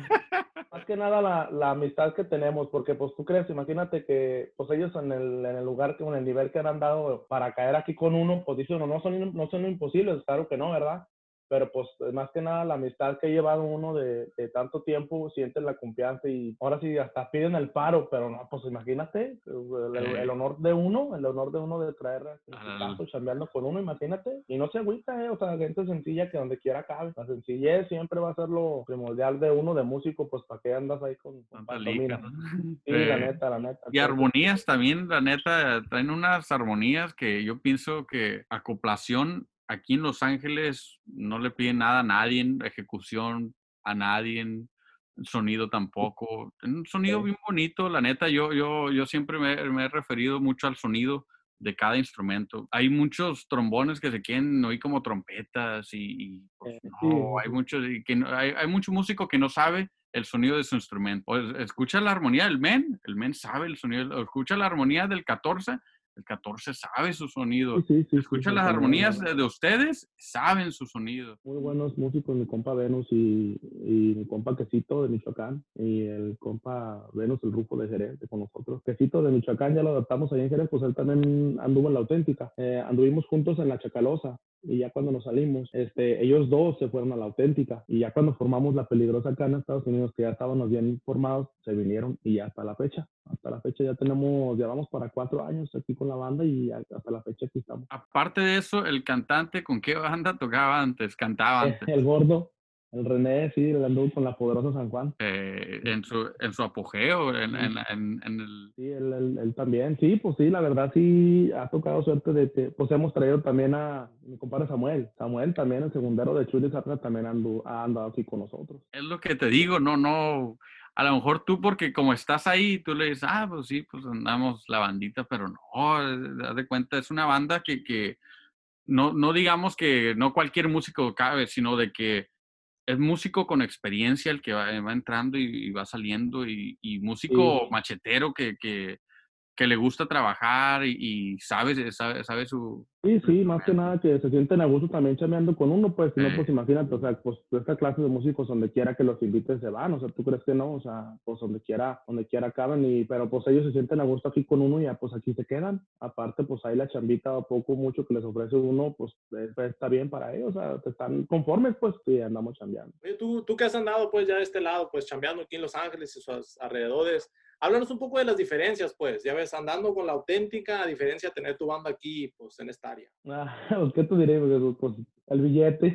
Más que nada la, la amistad que tenemos, porque pues tú crees, imagínate que pues ellos en el, en el lugar, que en el nivel que han dado para caer aquí con uno, pues dicen, no, no son, no son imposibles, claro que no, ¿verdad? Pero pues más que nada la amistad que ha llevado uno de, de tanto tiempo, sienten la confianza y ahora sí hasta piden el paro, pero no, pues imagínate, el, el, el Eh, honor de uno, el honor de uno de traer, en su al- caso, chambeando con uno, imagínate, y no se agüita, eh, o sea, gente sencilla que donde quiera cabe, la sencillez siempre va a ser lo primordial de uno de músico, pues para qué andas ahí con, con tanta lica, pantomima. ¿no? Sí, la Eh, neta, la neta, y entonces, armonías también, la neta, traen unas armonías que yo pienso que acoplación aquí en Los Ángeles no le piden nada a nadie, ejecución a nadie, sonido tampoco. Un sonido eh, bien bonito, la neta, yo, yo, yo siempre me, me he referido mucho al sonido de cada instrumento. Hay muchos trombones que se quieren oír como trompetas y, y, pues eh, no, sí, hay muchos, y que no- hay, hay mucho músico que no sabe el sonido de su instrumento. Pues escucha la armonía del men, el men sabe el sonido, o escucha la armonía del catorce, el catorce sabe su sí, sonido. sí, sí, sí, Escucha el las sonido, armonías ¿no? de, de ustedes, saben su sonido. Muy buenos músicos, mi compa Venus y, y mi compa Quesito de Michoacán y el compa Venus, el Rufo de Jerez, de con nosotros. Quesito de Michoacán ya lo adaptamos ahí en Jerez, pues él también anduvo en La Auténtica. Eh, anduvimos juntos en La Chacalosa y ya cuando nos salimos, este, ellos dos se fueron a La Auténtica y ya cuando formamos La Peligrosa acá en Estados Unidos, que ya estábamos bien formados, se vinieron y ya hasta la fecha. Hasta la fecha ya tenemos, ya vamos para cuatro años aquí con la banda y hasta la fecha aquí estamos. Aparte de eso, el cantante, ¿con qué banda tocaba antes? Cantaba Eh, antes. el gordo, el René, sí, el anduvo con la poderosa San Juan. Eh, en, su, en su apogeo, en, Sí, en, en, en el... sí, él, él, él también. Sí, pues sí, la verdad sí ha tocado suerte de que, pues hemos traído también a mi compadre Samuel. Samuel también, el segundero de Chuli Zapata, también andu, ha andado aquí con nosotros. Es lo que te digo, no, no. A lo mejor tú, porque como estás ahí, tú le dices, ah, pues sí, pues andamos la bandita, pero no, eh, haz de cuenta, es una banda que, que no, no digamos que no cualquier músico cabe, sino de que es músico con experiencia el que va, va entrando y, y va saliendo, y, y Sí, músico machetero que, que, que le gusta trabajar y, y sabe, sabe, sabe su, sí, su sí, más que instrumento. nada que se sienten a gusto también chameando con uno, pues si no, Eh, pues imagínate, o sea, pues esta clase de músicos donde quiera que los inviten se van, o sea, ¿tú crees que no? O sea, pues donde quiera, donde quiera caben, y, pero pues ellos se sienten a gusto aquí con uno y ya pues aquí se quedan. Aparte, pues ahí la chambita poco mucho que les ofrece uno, pues eh, pues, está bien para ellos, o sea, están conformes, pues sí, andamos chambeando. Oye, tú, tú que has andado pues ya de este lado, pues chambeando aquí en Los Ángeles y sus alrededores, háblanos un poco de las diferencias, pues, ya ves, andando con La Auténtica, a diferencia de tener tu banda aquí, pues, en esta área. Ah, pues, ¿qué te diré? Pues, pues, el billete.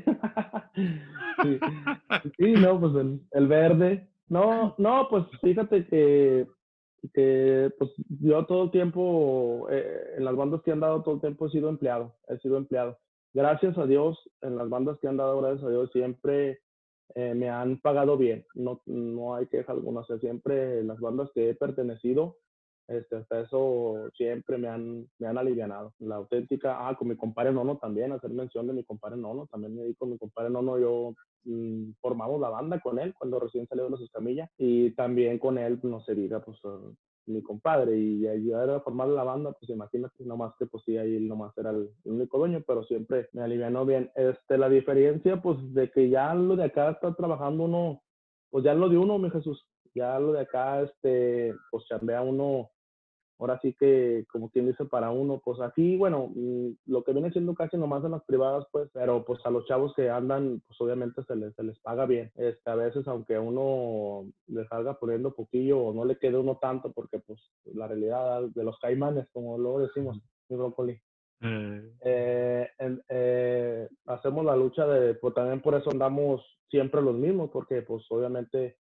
Sí, sí, no, pues el, el verde. No, no, pues fíjate que, que pues yo todo el tiempo, eh, en las bandas que han dado todo el tiempo he sido empleado, he sido empleado. Gracias a Dios, en las bandas que han dado, gracias a Dios, siempre eh, me han pagado bien, no, no hay queja alguna, o sea, siempre en las bandas que he pertenecido, este, hasta eso siempre me han, me han alivianado. La Auténtica, ah, con mi compadre Nono también, hacer mención de mi compadre Nono, también me di con mi compadre Nono, yo mmm, formamos la banda con él cuando recién salió de los Escamilla, y también con él, no se diga, pues uh, mi compadre, y ayudar a formar la banda, pues imagínate, nomás que pues sí, ahí nomás era el, el único dueño, pero siempre me alivianó bien. Este, la diferencia, pues, de que ya lo de acá está trabajando uno, pues ya lo de uno, mi Jesús, ya lo de acá, este, pues chambea uno, ahora sí que, como quien dice, para uno, pues aquí, bueno, mmm, lo que viene siendo casi nomás en las privadas, pues, pero pues a los chavos que andan, pues obviamente se les, se les paga bien. Este, a veces, aunque a uno le salga poniendo poquillo o no le quede uno tanto, porque pues la realidad de los caimanes, como luego decimos, mi brócoli. eh, Eh, en, eh, hacemos la lucha de, pues también por eso andamos siempre los mismos, porque pues obviamente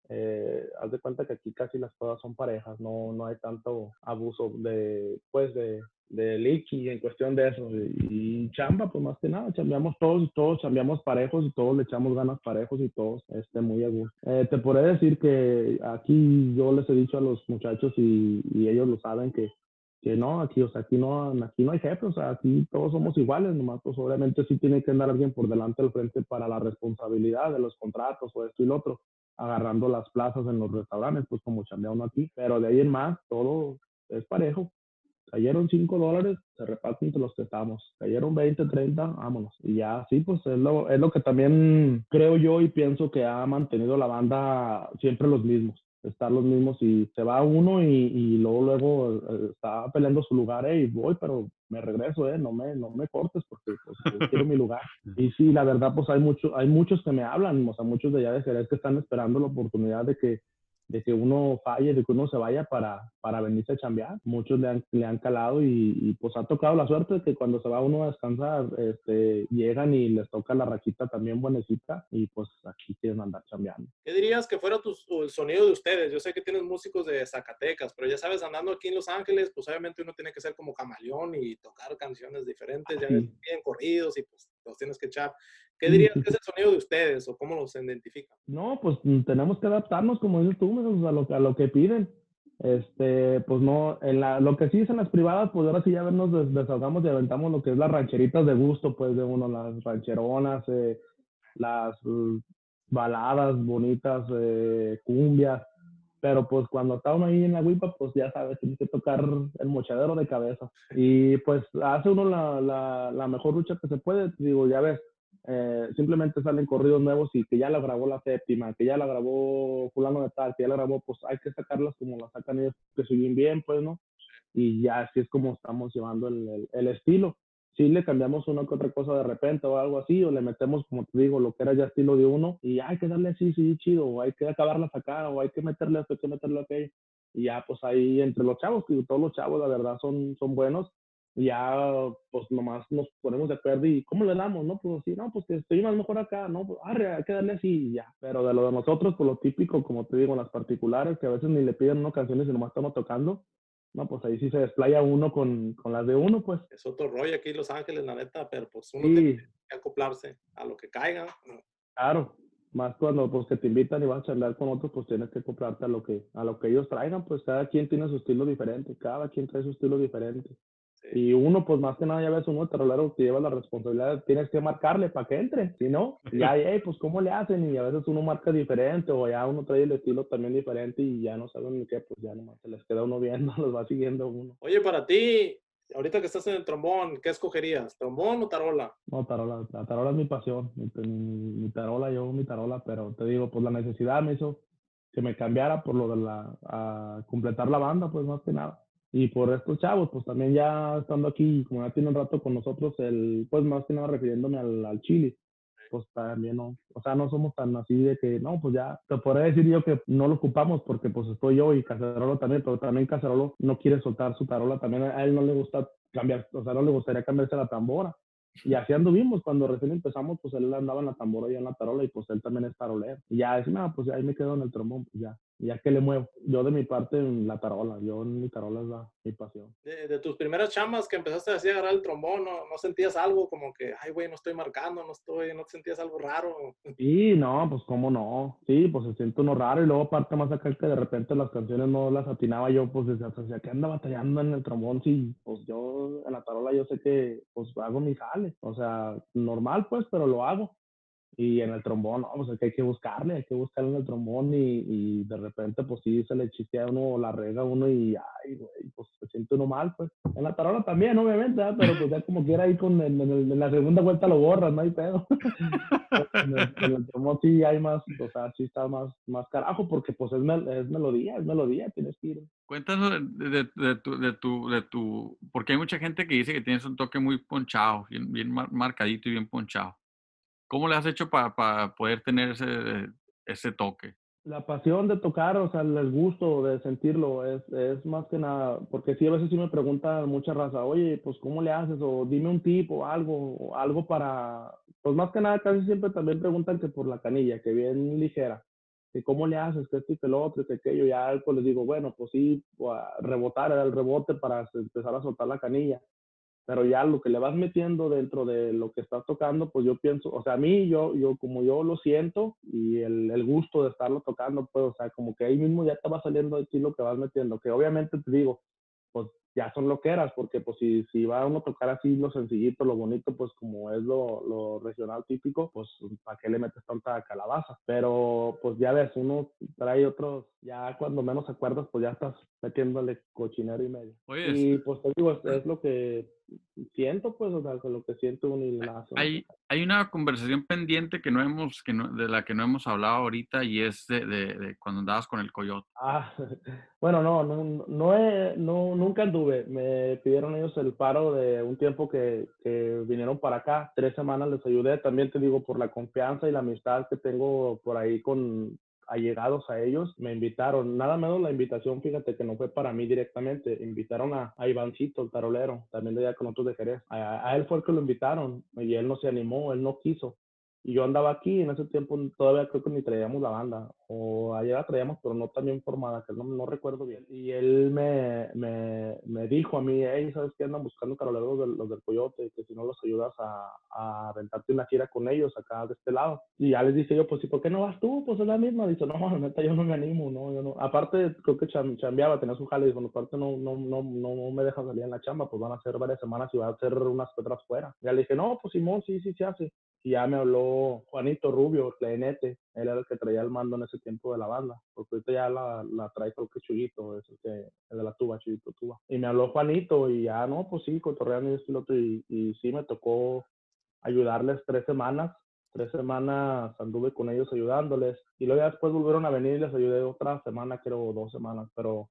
Eh, haz de cuenta que aquí casi las cosas son parejas, no, no hay tanto abuso de, pues, de, de liqui en cuestión de eso. Y, y chamba, pues más que nada, chambeamos todos y todos chambeamos parejos y todos le echamos ganas parejos y todos este, muy a gusto. Eh, te podré decir que aquí yo les he dicho a los muchachos y, y ellos lo saben que que no, aquí, o sea, aquí no, aquí no hay jefe, o sea, aquí todos somos iguales, nomás, pues obviamente sí tiene que andar alguien por delante del frente para la responsabilidad de los contratos o esto y lo otro, agarrando las plazas en los restaurantes, pues como chambea uno aquí, pero de ahí en más, todo es parejo. Cayeron cinco dólares, se reparten entre los que estamos. Cayeron veinte, treinta, vámonos. Y ya, sí, pues es lo, es lo que también creo yo y pienso que ha mantenido la banda siempre los mismos. Estar los mismos y se va uno y, y luego, luego eh, está peleando su lugar, eh, y voy, pero me regreso, eh, no me, no me cortes porque pues, yo quiero mi lugar. Y sí, la verdad, pues hay, mucho, hay muchos que me hablan, o sea, muchos de allá de Jerez que están esperando la oportunidad de que de que uno falle, de que uno se vaya para, para venirse a chambear. Muchos le han, le han calado y, y, pues ha tocado la suerte de que cuando se va uno a descansar, este, llegan y les toca la raquita también buenecita y pues aquí quieren andar chambeando. ¿Qué dirías que fuera tu, el sonido de ustedes? Yo sé que tienes músicos de Zacatecas, pero ya sabes, andando aquí en Los Ángeles, pues obviamente uno tiene que ser como camaleón y tocar canciones diferentes, ya ves, bien corridos y pues los tienes que echar. ¿Qué dirías que es el sonido de ustedes o cómo los identifican? No, pues tenemos que adaptarnos, como dices tú, a lo, a lo que piden. Este, pues no, en la, lo que sí es en las privadas, pues ahora sí ya nos des, desahogamos y aventamos lo que es las rancheritas de gusto, pues de uno, las rancheronas, eh, las uh, baladas bonitas, eh, cumbias, pero pues cuando está uno ahí en la huipa, pues ya sabes, tienes que tocar el mochadero de cabeza. Y pues hace uno la, la, la mejor lucha que se puede, digo, ya ves, eh, simplemente salen corridos nuevos y que ya la grabó la séptima, que ya la grabó fulano de tal, que ya la grabó, pues hay que sacarlas como la sacan ellos, que se bien bien, pues, ¿no? Y ya así es como estamos llevando el, el, el estilo. Sí le cambiamos una que otra cosa de repente o algo así, o le metemos, como te digo, lo que era ya estilo de uno, y hay que darle así, sí, chido, o hay que acabarla acá, o hay que meterle esto, hay que meterle aquello. Y ya, pues ahí entre los chavos, que todos los chavos, la verdad, son, son buenos, y ya, pues nomás nos ponemos de acuerdo y ¿cómo le damos? No, pues sí, no, pues que estoy más mejor acá, no, pues arre, hay que darle así y ya. Pero de lo de nosotros, pues lo típico, como te digo, las particulares, que a veces ni le piden una canciones y nomás estamos tocando, no, pues ahí sí se desplaya uno con, con las de uno, pues. Es otro rollo aquí en Los Ángeles, la neta, pero pues uno Sí, tiene que acoplarse a lo que caiga. claro. Más cuando pues que te invitan y vas a charlar con otros, pues tienes que comprarte a lo que a lo que ellos traigan, pues cada quien tiene su estilo diferente, cada quien trae su estilo diferente. Sí. Y uno, pues más que nada, ya ves, uno tarolero que lleva la responsabilidad, tienes que marcarle para que entre, si no, ya, hey, pues cómo le hacen, y a veces uno marca diferente, o ya uno trae el estilo también diferente, y ya no saben ni qué, pues ya nomás se les queda uno viendo, los va siguiendo uno. Oye, para ti, ahorita que estás en el trombón, ¿qué escogerías? ¿Trombón o tarola? No, tarola, la tarola es mi pasión, mi, mi, mi tarola, yo mi tarola, pero te digo, pues la necesidad me hizo que me cambiara por lo de la, a completar la banda, pues más que nada. Y por estos chavos, pues también ya estando aquí, como ya tiene un rato con nosotros, el, pues más que nada refiriéndome al, al Chile, pues también no, o sea, no somos tan así de que, no, pues ya, te podría decir yo que no lo ocupamos porque pues estoy yo y Cacerolo también, pero también Cacerolo no quiere soltar su tarola, también a él no le gusta cambiar, o sea, no le gustaría cambiarse la tambora. Y así anduvimos, cuando recién empezamos, pues él andaba en la tambora y en la tarola, y pues él también es tarolero. Y ya decía, no, pues ahí me quedo en el trombón, pues ya, ya que le muevo. Yo de mi parte en la tarola, yo en mi tarola es la, mi pasión. De, de tus primeras chambas que empezaste así a agarrar el trombón, ¿no, no sentías algo como que, ay, güey, no estoy marcando, no estoy, no sentías algo raro? Sí, no, pues cómo no, sí, pues se siente uno raro, y luego aparte más acá que de repente las canciones no las atinaba yo, pues decía, o sea, que anda batallando en el trombón, sí, pues yo en la tarola yo sé que pues hago mi jale, o sea, normal pues, pero lo hago. Y en el trombón, no, pues es que hay que buscarle, hay que buscarle en el trombón, y, y de repente, pues sí, se le chistea a uno, la rega a uno y, ay, güey, pues se siente uno mal, pues. En la tarola también, obviamente, ¿eh? Pero pues ya como quiera ahí con el, en, el, en la segunda vuelta lo borras, no hay pedo. en, el, en el trombón sí hay más, o sea, sí está más, más carajo, porque pues es, mel, es melodía, es melodía, tienes que ir. Cuéntanos de, de, de, tu, de, tu, de tu, porque hay mucha gente que dice que tienes un toque muy ponchado, bien, bien marcadito y bien ponchado. ¿Cómo le has hecho para pa poder tener ese, ese toque? La pasión de tocar, o sea, el gusto de sentirlo, es, es más que nada, porque sí, a veces sí me preguntan mucha raza, oye, pues, ¿cómo le haces? O dime un tip o algo, o algo para, pues, más que nada, casi siempre también preguntan que por la canilla, que bien ligera. que cómo le haces, que esto y que lo otro, y que aquello, ya pues les digo, bueno, pues sí, pues, rebotar el rebote para empezar a soltar la canilla, pero ya lo que le vas metiendo dentro de lo que estás tocando, pues yo pienso, o sea, a mí, yo, yo como yo lo siento y el, el gusto de estarlo tocando, pues, o sea, como que ahí mismo ya te va saliendo de ti lo que vas metiendo, que obviamente te digo, pues ya son loqueras, porque pues si, si va uno a tocar así lo sencillito, lo bonito, pues como es lo, lo regional típico, pues ¿para qué le metes tanta calabaza? Pero pues ya ves, uno trae otros, ya cuando menos acuerdas, pues ya estás metiéndole cochinero y medio. Oye, es- Y pues te digo, es, es lo que siento, pues, o sea, lo que siento uno y la hace uno hay, tocar. hay una conversación pendiente que no hemos, que no, de la que no hemos hablado ahorita y es de, de, de cuando andabas con el coyote. Ah, bueno, no, no, no, he, no, nunca anduve. Me pidieron ellos el paro de un tiempo que, que vinieron para acá. Tres semanas les ayudé. También te digo, por la confianza y la amistad que tengo por ahí con allegados a ellos, me invitaron. Nada menos la invitación, fíjate que no fue para mí directamente. Invitaron a, a Ivancito, el tarolero, también de allá con otros de Jerez. A, a él fue el que lo invitaron y él no se animó, él no quiso. Y yo andaba aquí, en ese tiempo todavía creo que ni traíamos la banda, o ayer la traíamos, pero no tan bien formada, que no, no recuerdo bien. Y él me, me, me dijo a mí, hey, ¿sabes qué? Andan buscando caroleros los del, los del Coyote, que si no los ayudas a, a aventarte una gira con ellos acá de este lado. Y ya les dije yo, pues, ¿y por qué no vas tú? Pues es la misma. Dice, no, la neta, yo no me animo, no, yo no. Aparte, creo que cham, chambeaba, tenía su jale, dijo, aparte no, no, no, no, no me dejan salir en la chamba, pues van a ser varias semanas y va a hacer unas otras fuera. Ya le dije, no, pues Simón, sí, sí, se hace. Y ya me habló Juanito Rubio, el clarinete, él era el que traía el mando en ese tiempo de la banda, porque ahorita ya la, la trae creo que Chuyito, es el, que, el de la tuba, Chuyito Tuba. Y me habló Juanito y ya, no, pues sí, cotorreando y esto y lo otro, y, y sí me tocó ayudarles tres semanas, tres semanas anduve con ellos ayudándoles, y luego ya después volvieron a venir y les ayudé otra semana, creo, dos semanas, pero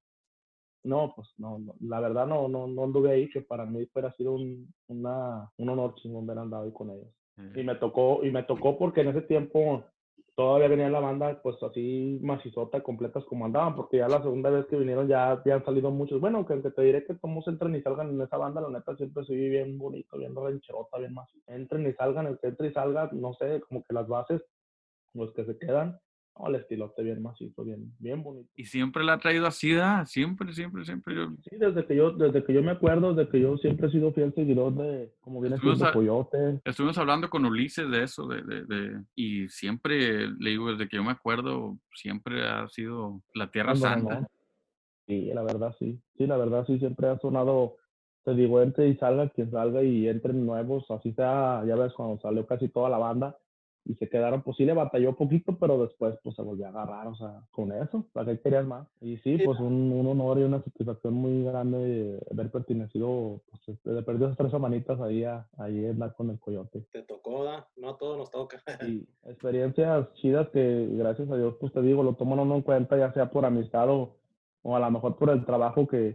no, pues no, no, la verdad no, no, no anduve ahí, que para mí fuera sido un, una, un honor chingón haber andado ahí con ellos. Y Eh, me tocó, y me tocó porque en ese tiempo todavía venía la banda pues así macizota, completas como andaban, porque ya la segunda vez que vinieron ya habían salido muchos. Bueno, que, que te diré que todos entren y salgan en esa banda, la neta siempre soy bien bonito, bien rancherota, bien más. Entren y salgan, el que entre y salga, no sé, como que las bases, los que se quedan, no, el estilote bien macizo, bien, bien bonito. y siempre la ha traído así, ¿da? Siempre, siempre, siempre. Yo, Sí, desde que yo, desde que yo me acuerdo, desde que yo siempre he sido fiel seguidor de, como viene estuvimos, siendo a- Coyote. estuvimos hablando con Ulises de eso, de, de, de- y siempre, le digo, desde que yo me acuerdo, siempre ha sido la Tierra No, no, no, Santa. no. Sí, la verdad sí. Sí, la verdad sí, siempre ha sonado, te digo, entre y salga quien salga y entren nuevos, así sea, ya ves, cuando salió casi toda la banda y se quedaron, pues sí le batalló poquito, pero después pues se volvió a agarrar, o sea, con eso, ¿para qué querías más? Y sí, pues un, un honor y una satisfacción muy grande de haber pertenecido, pues este, de perder esas tres semanitas ahí, a, ahí andar con el Coyote. Te tocó, ¿da? No a todos nos toca. Y experiencias chidas que gracias a Dios, pues te digo, lo toman uno en cuenta, ya sea por amistad o, o a lo mejor por el trabajo que,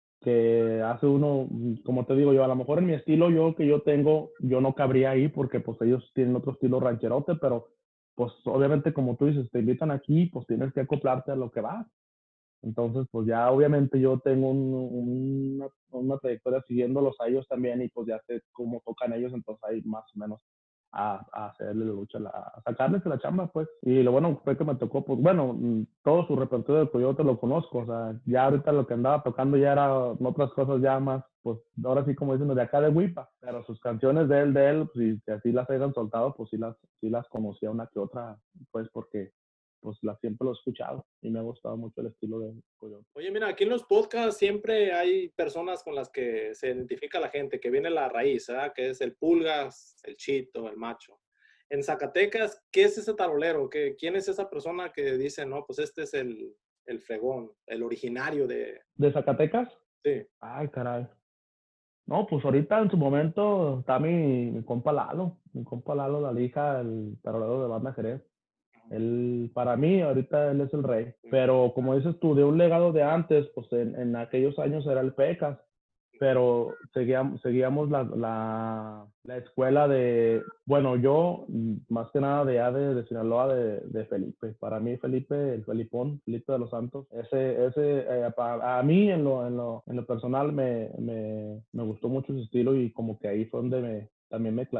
que hace uno, mm, como te digo yo, a lo mejor en mi estilo yo que yo tengo, yo no cabría ahí porque pues ellos tienen otro estilo rancherote, pero pues obviamente como tú dices, te invitan aquí, pues tienes que acoplarte a lo que vas. Entonces, pues ya obviamente yo tengo un, un, una, una trayectoria siguiéndolos a ellos también y pues ya sé cómo tocan ellos, entonces ahí más o menos a, a hacerle la lucha, la, a sacarles la chamba, pues. Y lo bueno fue que me tocó, pues bueno, mm, todo su repertorio de Coyote lo conozco, o sea, ya ahorita lo que andaba tocando ya era otras cosas ya más, pues ahora sí como dicen, de acá de Huipa, pero sus canciones de él, de él, pues, si así las hayan soltado, pues sí las, sí las conocía una que otra, pues porque pues la siempre lo he escuchado y me ha gustado mucho el estilo de Coyote. Oye, mira, aquí en los podcasts siempre hay personas con las que se identifica la gente, que viene la raíz, ¿verdad? Que es el Pulgas, el Chito, el Macho. En Zacatecas, ¿qué es ese tarolero? ¿Qué, ¿Quién es esa persona que dice, no, pues este es el, el fregón, el originario de... ¿De Zacatecas? Sí. Ay, caray. No, pues ahorita en su momento está mi, mi compa Lalo, mi compa Lalo, la lija, el tarolero de Banda Jerez. Él, para mí, ahorita él es el rey. Pero como dices tú, de un legado de antes, pues en, en aquellos años era el Pecas, pero seguíamos, seguíamos la, la, la escuela de, bueno, yo más que nada de allá de, de Sinaloa, de, de Felipe. Para mí Felipe, el Felipón, Felipe de los Santos, ese, ese eh, para, a mí en lo, en lo, en lo personal me, me, me gustó mucho su estilo y como que ahí fue donde me, también me clavé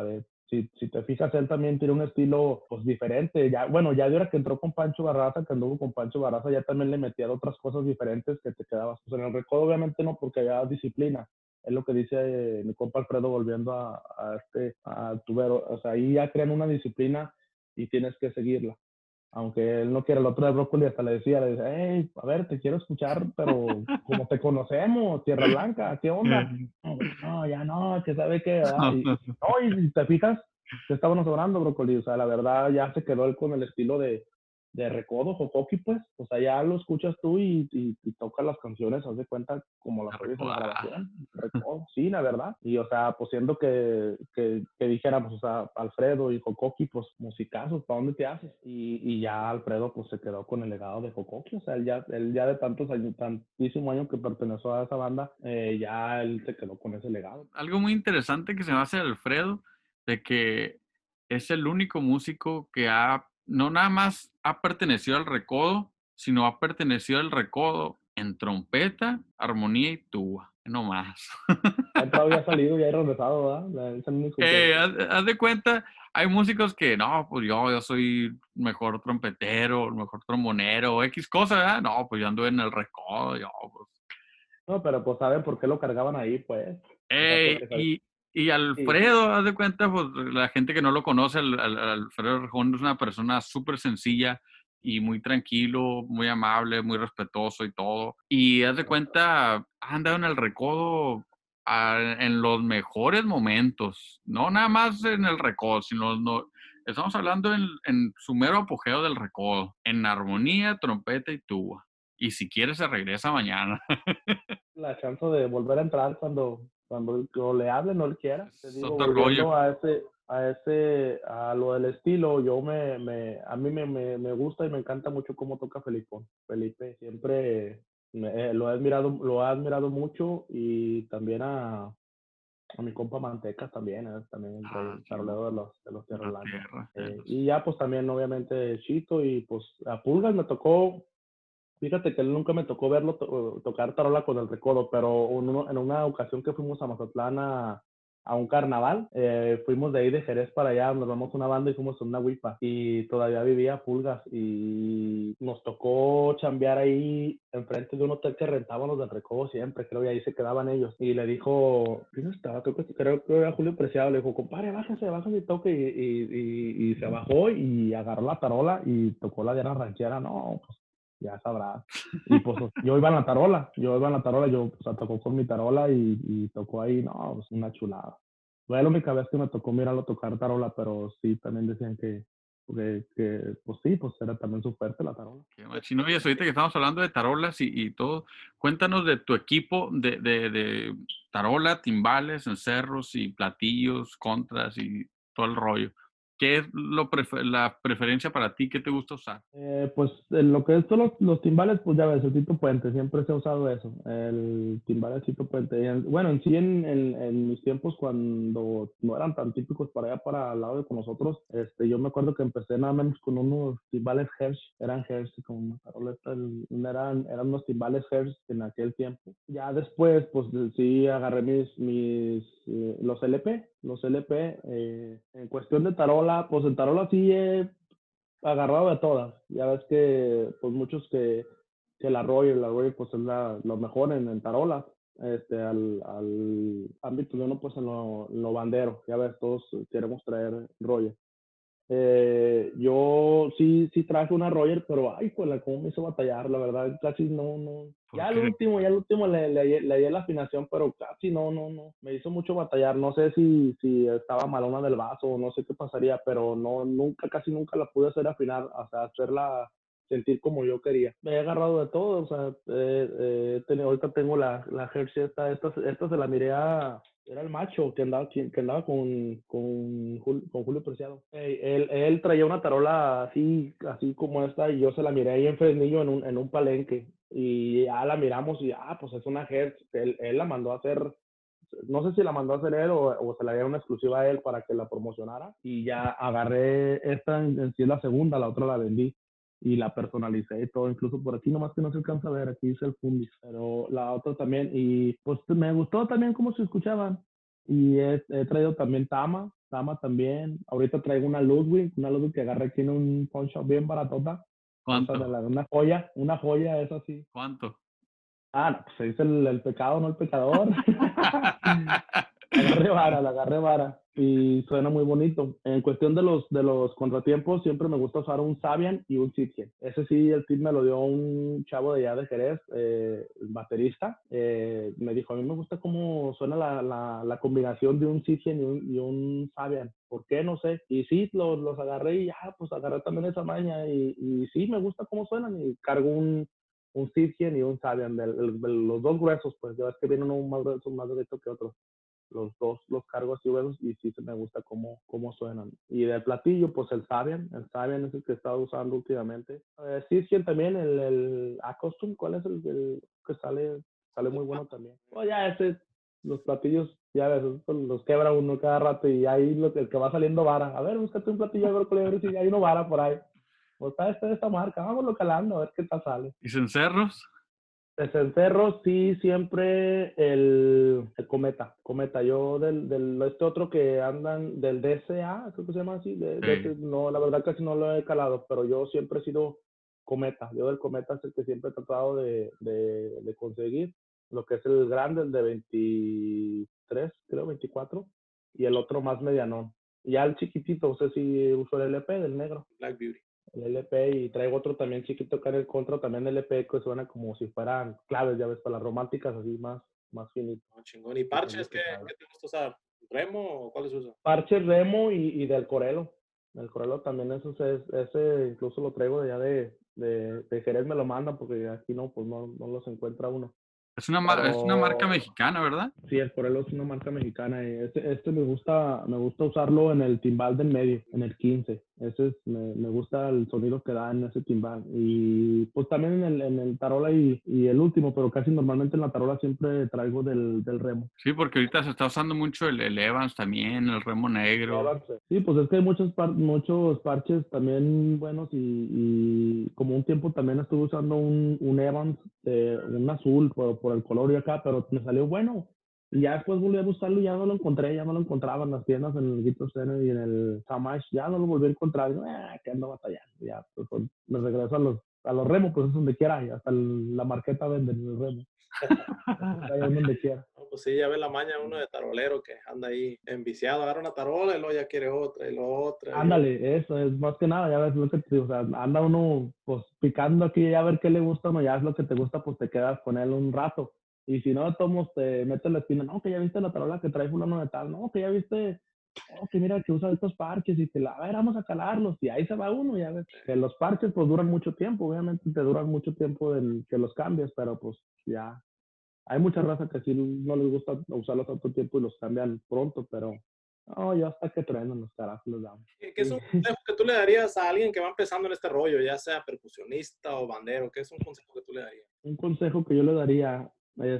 si, si te fijas, él también tiene un estilo pues diferente. Ya, bueno, ya de hora que entró con Pancho Barraza, que anduvo con Pancho Barraza, ya también le metía otras cosas diferentes que te quedabas. Pues en el recodo obviamente no, porque había disciplina. Es lo que dice eh, mi compa Alfredo volviendo a, a este, a Tubero. O sea, ahí ya crean una disciplina y tienes que seguirla. Aunque él no quiera, el otro de Brócoli hasta le decía, le decía, hey, a ver, te quiero escuchar, pero como te conocemos, Tierra Blanca, ¿qué onda? No, no, ya no, que sabe qué, ¿verdad? Y, no, y si te fijas, te estábamos hablando, Brócoli, o sea, la verdad ya se quedó él con el estilo de, de recodo, jocoqui, pues, o sea, ya lo escuchas tú y, y, y tocas las canciones, haz de cuenta como las oyes en la grabación, recodo, sí, la verdad, y o sea, pues siendo que, que, que dijéramos, o sea, Alfredo y jocoqui, pues, musicazos, ¿para dónde te haces? Y, y ya Alfredo, pues, se quedó con el legado de jocoqui, o sea, él ya, él ya de tantos años, tantísimos años que perteneció a esa banda, eh, ya él se quedó con ese legado. Algo muy interesante que se me hace Alfredo, de que es el único músico que ha, no nada más ha pertenecido al recodo, sino ha pertenecido al recodo en trompeta, armonía y tuba, no más. Ha entrado y ha salido y ha regresado, ¿verdad? Es el único que... Eh, haz, haz de cuenta, hay músicos que, no, pues yo, yo soy mejor trompetero, mejor trombonero, X cosa, ¿verdad? No, pues yo ando en el recodo, yo, pues. No, pero pues saben por qué lo cargaban ahí, pues. O sea, Eh, porque saben... y, y Sí. Alfredo, haz de cuenta, pues la gente que no lo conoce, al, al- Alfredo Rejón es una persona súper sencilla y muy tranquilo, muy amable, muy respetuoso y todo. Y haz de cuenta, ha andado en el recodo ah, en los mejores momentos, no nada más en el recodo, sino no, estamos hablando en, en su mero apogeo del recodo, en armonía, trompeta y tuba. Y si quiere se regresa mañana. La chance de volver a entrar cuando, cuando o le hable, no le quiera. Te Es digo, otro rollo. volviendo a ese, a ese, a lo del estilo, yo me, me a mí me, me, me gusta y me encanta mucho cómo toca Felipón. Felipe siempre me- eh, lo he admirado, lo he admirado mucho y también a, a mi compa Mantecas también, eh, también el rey, Ah, el sí, tarolero de los, de los de Tierra la Blanca. tierra. de Eh, los- y ya pues también obviamente Chito y pues a Pulgas me tocó. Fíjate que él nunca me tocó verlo to tocar tarola con el recodo, pero en, uno, en una ocasión que fuimos a Mazatlán a, a un carnaval, eh, fuimos de ahí de Jerez para allá, nos vamos una banda y fuimos a una huipa y todavía vivía Pulgas y nos tocó chambear ahí enfrente de un hotel que rentábamos del recodo siempre, creo, y ahí se quedaban ellos. Y le dijo, ¿quién estaba? Creo que, creo que era Julio Preciado, le dijo, compadre, bájese, bájese y toque, y, y, y, y se bajó y agarró la tarola y tocó la diana ranchera, no, pues ya sabrás. Y pues yo iba en la tarola, yo iba en la tarola, yo o sea, tocó con mi tarola y, y tocó ahí, no, pues una chulada. Fue la única vez que me tocó mirarlo tocar tarola, pero sí, también decían que, que, que pues sí, pues era también su fuerte la tarola. Qué machín. Oye, ahorita que estamos hablando de tarolas y, y todo, cuéntanos de tu equipo de, de, de tarola, timbales, encerros y platillos, contras y todo el rollo. ¿Qué es lo prefer- la preferencia para ti? ¿Qué te gusta usar? Eh, pues en lo que es son los, los timbales, pues ya ves, el Tito Puente, siempre se ha usado eso, el timbal del Tito Puente. Y en- bueno, en sí, en, en, en mis tiempos, cuando no eran tan típicos para allá, para al lado de con nosotros, este, yo me acuerdo que empecé nada menos con unos timbales Hertz, eran Hertz, como una taroleta, el- eran, eran unos timbales Hertz en aquel tiempo. Ya después, pues sí, agarré mis, mis eh, los L P, los L P, eh, en cuestión de tarola, pues en tarola sí he agarrado de todas. Ya ves que, pues muchos que, que la Roger, la Roger, pues es la, lo mejor en, en tarolas. Este, al, al ámbito de uno, pues en lo, en lo bandero. Ya ves, todos queremos traer Roger. Eh, yo sí, sí traje una Roger, pero ay, pues la cómo me hizo batallar, la verdad, casi no, no. Ya al Porque último, ya al último le, le, le di la afinación, pero casi no, no, no. Me hizo mucho batallar. No sé si, si estaba malona del vaso o no sé qué pasaría, pero no, nunca, casi nunca la pude hacer afinar, o sea, hacerla sentir como yo quería. Me he agarrado de todo, o sea, eh, eh, tenido, ahorita tengo la, la Hershey esta, esta, esta se la miré a, era el macho que andaba, que, que andaba con, con, Julio, con Julio Preciado. Hey, él, él traía una tarola así, así como esta y yo se la miré ahí en Fresnillo en un, en un palenque y ya la miramos y ah, pues es una Hertz. Él, él la mandó a hacer, no sé si la mandó a hacer él o, o se la dieron una exclusiva a él para que la promocionara y ya agarré esta en, en sí es la segunda, la otra la vendí y la personalicé y todo, incluso por aquí nomás que no se alcanza a ver, aquí dice el fundis, pero la otra también y pues me gustó también cómo se escuchaban y he, he traído también Tama, Tama también. Ahorita traigo una Ludwig, una Ludwig que agarré aquí en un pawn shop bien baratota. ¿Cuánto? Esa de la- una joya, una joya, es así. ¿Cuánto? Ah, no, pues se dice el, el pecado, no el pecador. La agarré vara, la agarré vara. Y suena muy bonito. En cuestión de los, de los contratiempos, siempre me gusta usar un Sabian y un Zildjian. Ese sí, el tip me lo dio un chavo de allá de Jerez, eh, el baterista. Eh, me dijo, a mí me gusta cómo suena la, la, la combinación de un Zildjian y un, y un Sabian. ¿Por qué? No sé. Y sí, los, los agarré y ya, pues agarré también esa maña. Y, y sí, me gusta cómo suenan. Y cargo un, un Zildjian y un Sabian, de, de, de los dos gruesos, pues ya ves que viene uno más grueso, más directo que otro. Los dos los cargo así gruesos y sí se me gusta cómo, cómo suenan. Y del platillo, pues el Sabian, el Sabian es el que he estado usando últimamente. Eh, Zildjian también, el, el Acostum, ¿cuál es el, el que sale? Sale muy bueno también. Oh, ya ese, los platillos, ya ves, los quebra uno cada rato y ahí lo, el que va saliendo vara. A ver, búscate un platillo de brócoli, a ver si hay uno vara por ahí. O está este de esta marca, vámonos calando, a ver qué tal sale. ¿Y cencerros? De cencerros, sí, siempre el, el Cometa. Cometa, yo del, del este otro que andan, del D S A, creo que se llama así, de, de Sí. ese, no, la verdad casi no lo he calado, pero yo siempre he sido Cometa. Yo del Cometa es el que siempre he tratado de, de, de conseguir. Lo que es el grande, el de veintitrés, creo, veinticuatro, y el otro más medianón. Y ya el chiquitito, no sé si uso el L P del negro. Black Beauty. El L P y traigo otro también chiquito acá en el contra, también L P que suena como si fueran claves, ya ves, para las románticas, así más, más finito. No, chingón. ¿Y parches qué, qué te gusta usar? ¿Remo o cuáles usas? Parche Remo y, y del Corelo. El Corelo también, eso es, ese incluso lo traigo de allá de, de, de Jerez, me lo mandan porque aquí no, pues no, no los encuentra uno. Es una, mar- es una marca Pero mexicana, ¿verdad? sí, el Corelo es una marca mexicana y este, este me gusta, me gusta usarlo en el timbal del medio, en el quince. Ese es, me, me gusta el sonido que da en ese timbal. Y pues también en el, en el tarola y, y el último, pero casi normalmente en la tarola siempre traigo del, del remo. Sí, porque ahorita se está usando mucho el, el Evans también, el remo negro. Sí, pues es que hay muchos, par muchos parches también buenos y, y como un tiempo también estuve usando un, un Evans, eh, un azul por, por el color y acá, pero me salió bueno. Y ya después volví a buscarlo y ya no lo encontré, ya no lo encontraba en las tiendas, en el Guitar Center y en el Samash, ya no lo volví a encontrar. Y, ah, que ando batallando, ya, pues, pues, me regreso a los, a los remos, pues es donde quiera, y hasta el, la marqueta venden el remo. Ahí es donde quiera. No, pues sí, ya ve la maña uno de tarolero que anda ahí enviciado, agarra una tarola y luego ya quiere otra y lo otra. Ándale, eso es más que nada, ya ves lo que te digo, o sea, anda uno pues picando aquí ya a ver qué le gusta, no, ya es lo que te gusta, pues te quedas con él un rato. Y si no, tomos, te metes la espina, no, que ya viste la tarola que trae fulano de tal, no, que ya viste, oh, que mira que usa estos parches y que la, a ver, vamos a calarlos, y ahí se va uno, ya ves. Que los parches pues duran mucho tiempo, obviamente te duran mucho tiempo del, que los cambies, pero pues ya. Hay mucha raza que sí no les gusta usarlos tanto tiempo y los cambian pronto, pero no, yo hasta que truenan los carajos les damos. ¿Qué, qué es un consejo que tú le darías a alguien que va empezando en este rollo, ya sea percusionista o bandero? ¿Qué es un consejo que tú le darías? Un consejo que yo le daría,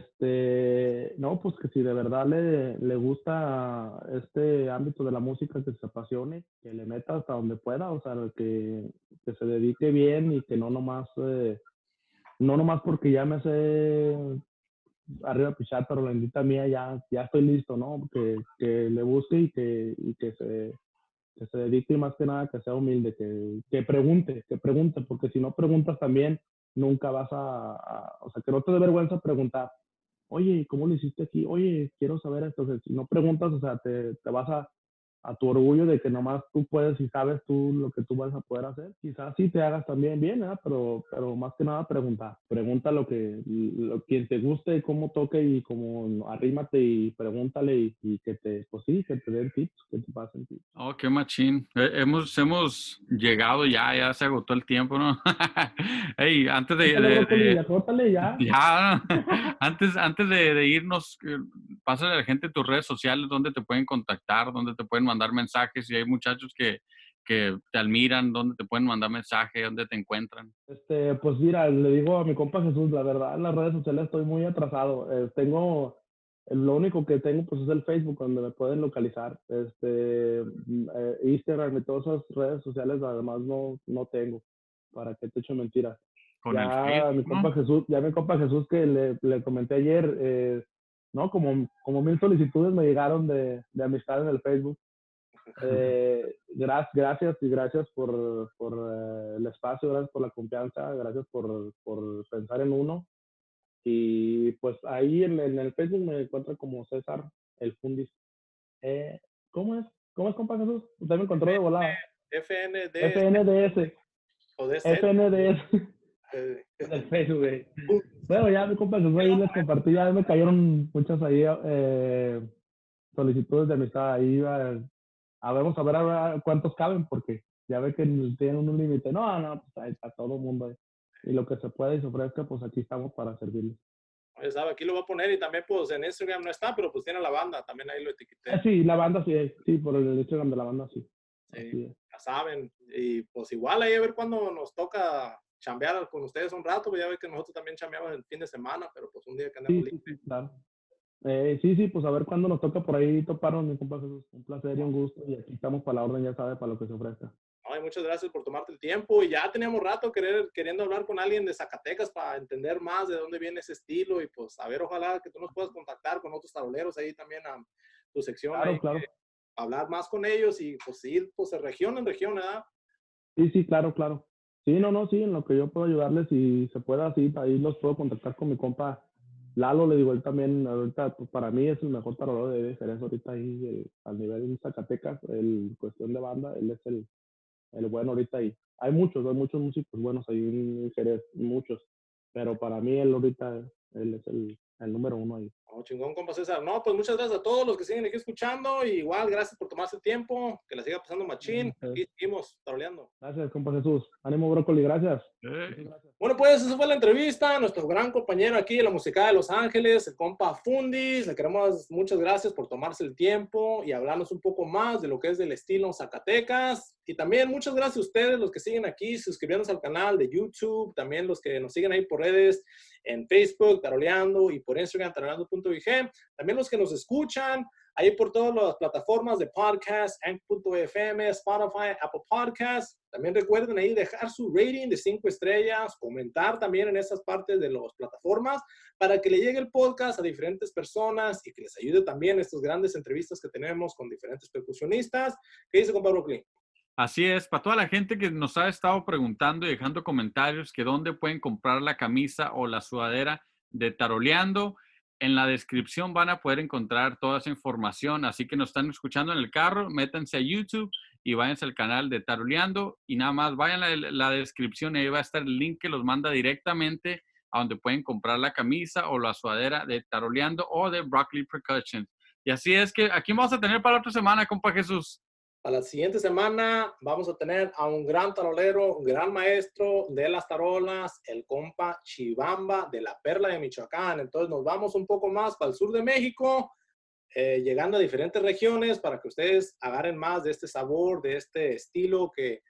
este, no, pues que si de verdad le, le gusta este ámbito de la música, que se apasione, que le meta hasta donde pueda, o sea, que, que se dedique bien y que no nomás, eh, no nomás porque ya me sé arriba pichar, pero la bendita mía ya, ya estoy listo, ¿no? Que, que le busque y que, y que se que se dedique más que nada, que sea humilde, que, que pregunte, que pregunte, porque si no preguntas también, nunca vas a, a, o sea, que no te dé vergüenza preguntar, oye, ¿cómo lo hiciste aquí? Oye, quiero saber esto. O sea, si no preguntas, o sea, te, te vas a, a tu orgullo de que nomás tú puedes y sabes tú lo que tú vas a poder hacer. Quizás sí te hagas también bien, ¿eh? pero, pero más que nada preguntar. Pregunta lo que, lo, quien te guste, cómo toque y cómo arrímate y pregúntale y, y que te, pues sí, que te den tips, que te pasen tips. Oh, qué machín. Eh, hemos, hemos llegado ya, ya se agotó el tiempo, ¿no? Hey, antes de, Córtale, de, brócoli, de- ya, córtale, ya. ya, antes, antes de, de irnos, eh, pásale a la gente tus redes sociales, donde te pueden contactar, donde te pueden mandar mensajes, si hay muchachos que, que te admiran, donde te pueden mandar mensajes, donde te encuentran. Este, pues mira, le digo a mi compa Jesús, la verdad, en las redes sociales estoy muy atrasado. Eh, tengo, lo único que tengo pues es el Facebook donde me pueden localizar. Este, mm, eh, Instagram y todas esas redes sociales además no, no tengo. ¿Para qué te echo mentiras? Con el Ya Facebook, mi compa ¿no? Jesús, ya mi compa Jesús que le, le comenté ayer, eh, no, como, como mil solicitudes me llegaron de, de amistad en el Facebook. Eh, gracias, gracias y gracias por, por eh, el espacio, gracias por la confianza, gracias por, por pensar en uno. Y pues ahí en, en el Facebook me encuentran como César el Fundis. Eh, ¿Cómo es? ¿Cómo es, compa Jesús? Usted me encontró de volada. F N D S. F N D S. O D Z. F N D S. En el Facebook, güey. Bueno, ya mi compa Jesús ahí les compartí, ya me cayeron muchas ahí eh, solicitudes de amistad. Ahí a, a ver, vamos a ver a cuántos caben, porque ya ve que tienen un límite. No, no, pues ahí está todo el mundo ahí. Y lo que se pueda y se ofrezca, pues aquí estamos para servirles. Oye, sabe, aquí lo voy a poner y también pues en Instagram no está, pero pues tiene la banda, también ahí lo etiqueté. Ah, sí, la banda sí, sí, por el Instagram de la banda sí. Sí, ya saben. Y pues igual ahí a ver cuándo nos toca chambear con ustedes un rato, pues ya ve que nosotros también chambeamos el fin de semana, pero pues un día que andemos sí, libres. Sí, sí, claro. Eh, sí, sí, pues a ver cuándo nos toca por ahí toparnos, mi compa Jesús. Un placer y un gusto. Y aquí estamos para la orden, ya sabe, para lo que se ofrezca. Ay, muchas gracias por tomarte el tiempo. Y ya teníamos rato querer, queriendo hablar con alguien de Zacatecas para entender más de dónde viene ese estilo. Y pues a ver, ojalá que tú nos puedas contactar con otros taroleros ahí también a tu sección. Claro, ahí, claro. Que, hablar más con ellos y pues ir pues de región en región, ¿verdad? Sí, sí, claro, claro. Sí, no, no, sí, en lo que yo puedo ayudarles y se pueda, sí, ahí los puedo contactar con mi compa Lalo, le digo, él también, ahorita, pues para mí es el mejor tarolero de Jerez ahorita ahí, eh, al nivel de Zacatecas, el cuestión de banda, él es el, el bueno ahorita ahí. Hay muchos, hay muchos músicos buenos ahí en Jerez, muchos, pero para mí él ahorita, él es el, el número uno ahí. Oh, chingón, compa César. No, pues muchas gracias a todos los que siguen aquí escuchando. Y igual, gracias por tomarse el tiempo. Que la siga pasando machín. Aquí seguimos taroleando. Gracias, compa Jesús. Ánimo, Brócoli, gracias. Eh. gracias. Bueno, pues esa fue la entrevista. Nuestro gran compañero aquí de la música de Los Ángeles, el compa Fundis. Le queremos muchas gracias por tomarse el tiempo y hablarnos un poco más de lo que es del estilo Zacatecas. Y también muchas gracias a ustedes, los que siguen aquí, suscribiéndose al canal de YouTube. También los que nos siguen ahí por redes, en Facebook, Taroleando, y por Instagram, taroleando punto i g. También los que nos escuchan ahí por todas las plataformas de podcast, anchor punto f m, Spotify, Apple Podcasts. También recuerden ahí dejar su rating de cinco estrellas, comentar también en esas partes de las plataformas para que le llegue el podcast a diferentes personas y que les ayude también estas grandes entrevistas que tenemos con diferentes percusionistas. ¿Qué dice, compa Brooklyn? Así es, para toda la gente que nos ha estado preguntando y dejando comentarios que dónde pueden comprar la camisa o la sudadera de Taroleando, en la descripción van a poder encontrar toda esa información, así que nos están escuchando en el carro, métanse a YouTube y váyanse al canal de Taroleando y nada más vayan a la, la descripción y ahí va a estar el link que los manda directamente a donde pueden comprar la camisa o la sudadera de Taroleando o de Broccoli Percussion. Y así es que aquí vamos a tener para la otra semana, compa Jesús. Para la siguiente semana vamos a tener a un gran tarolero, un gran maestro de las tarolas, el compa Chibamba de la Perla de Michoacán. Entonces nos vamos un poco más para el sur de México, eh, llegando a diferentes regiones para que ustedes agarren más de este sabor, de este estilo que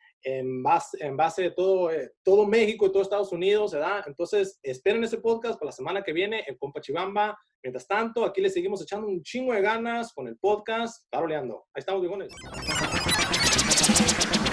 en base, en base de todo, eh, todo México y todo Estados Unidos, ¿verdad? Entonces esperen ese podcast para la semana que viene, el compa Chibamba. Mientras tanto, aquí le seguimos echando un chingo de ganas con el podcast Taroleando. Ahí estamos, viejones.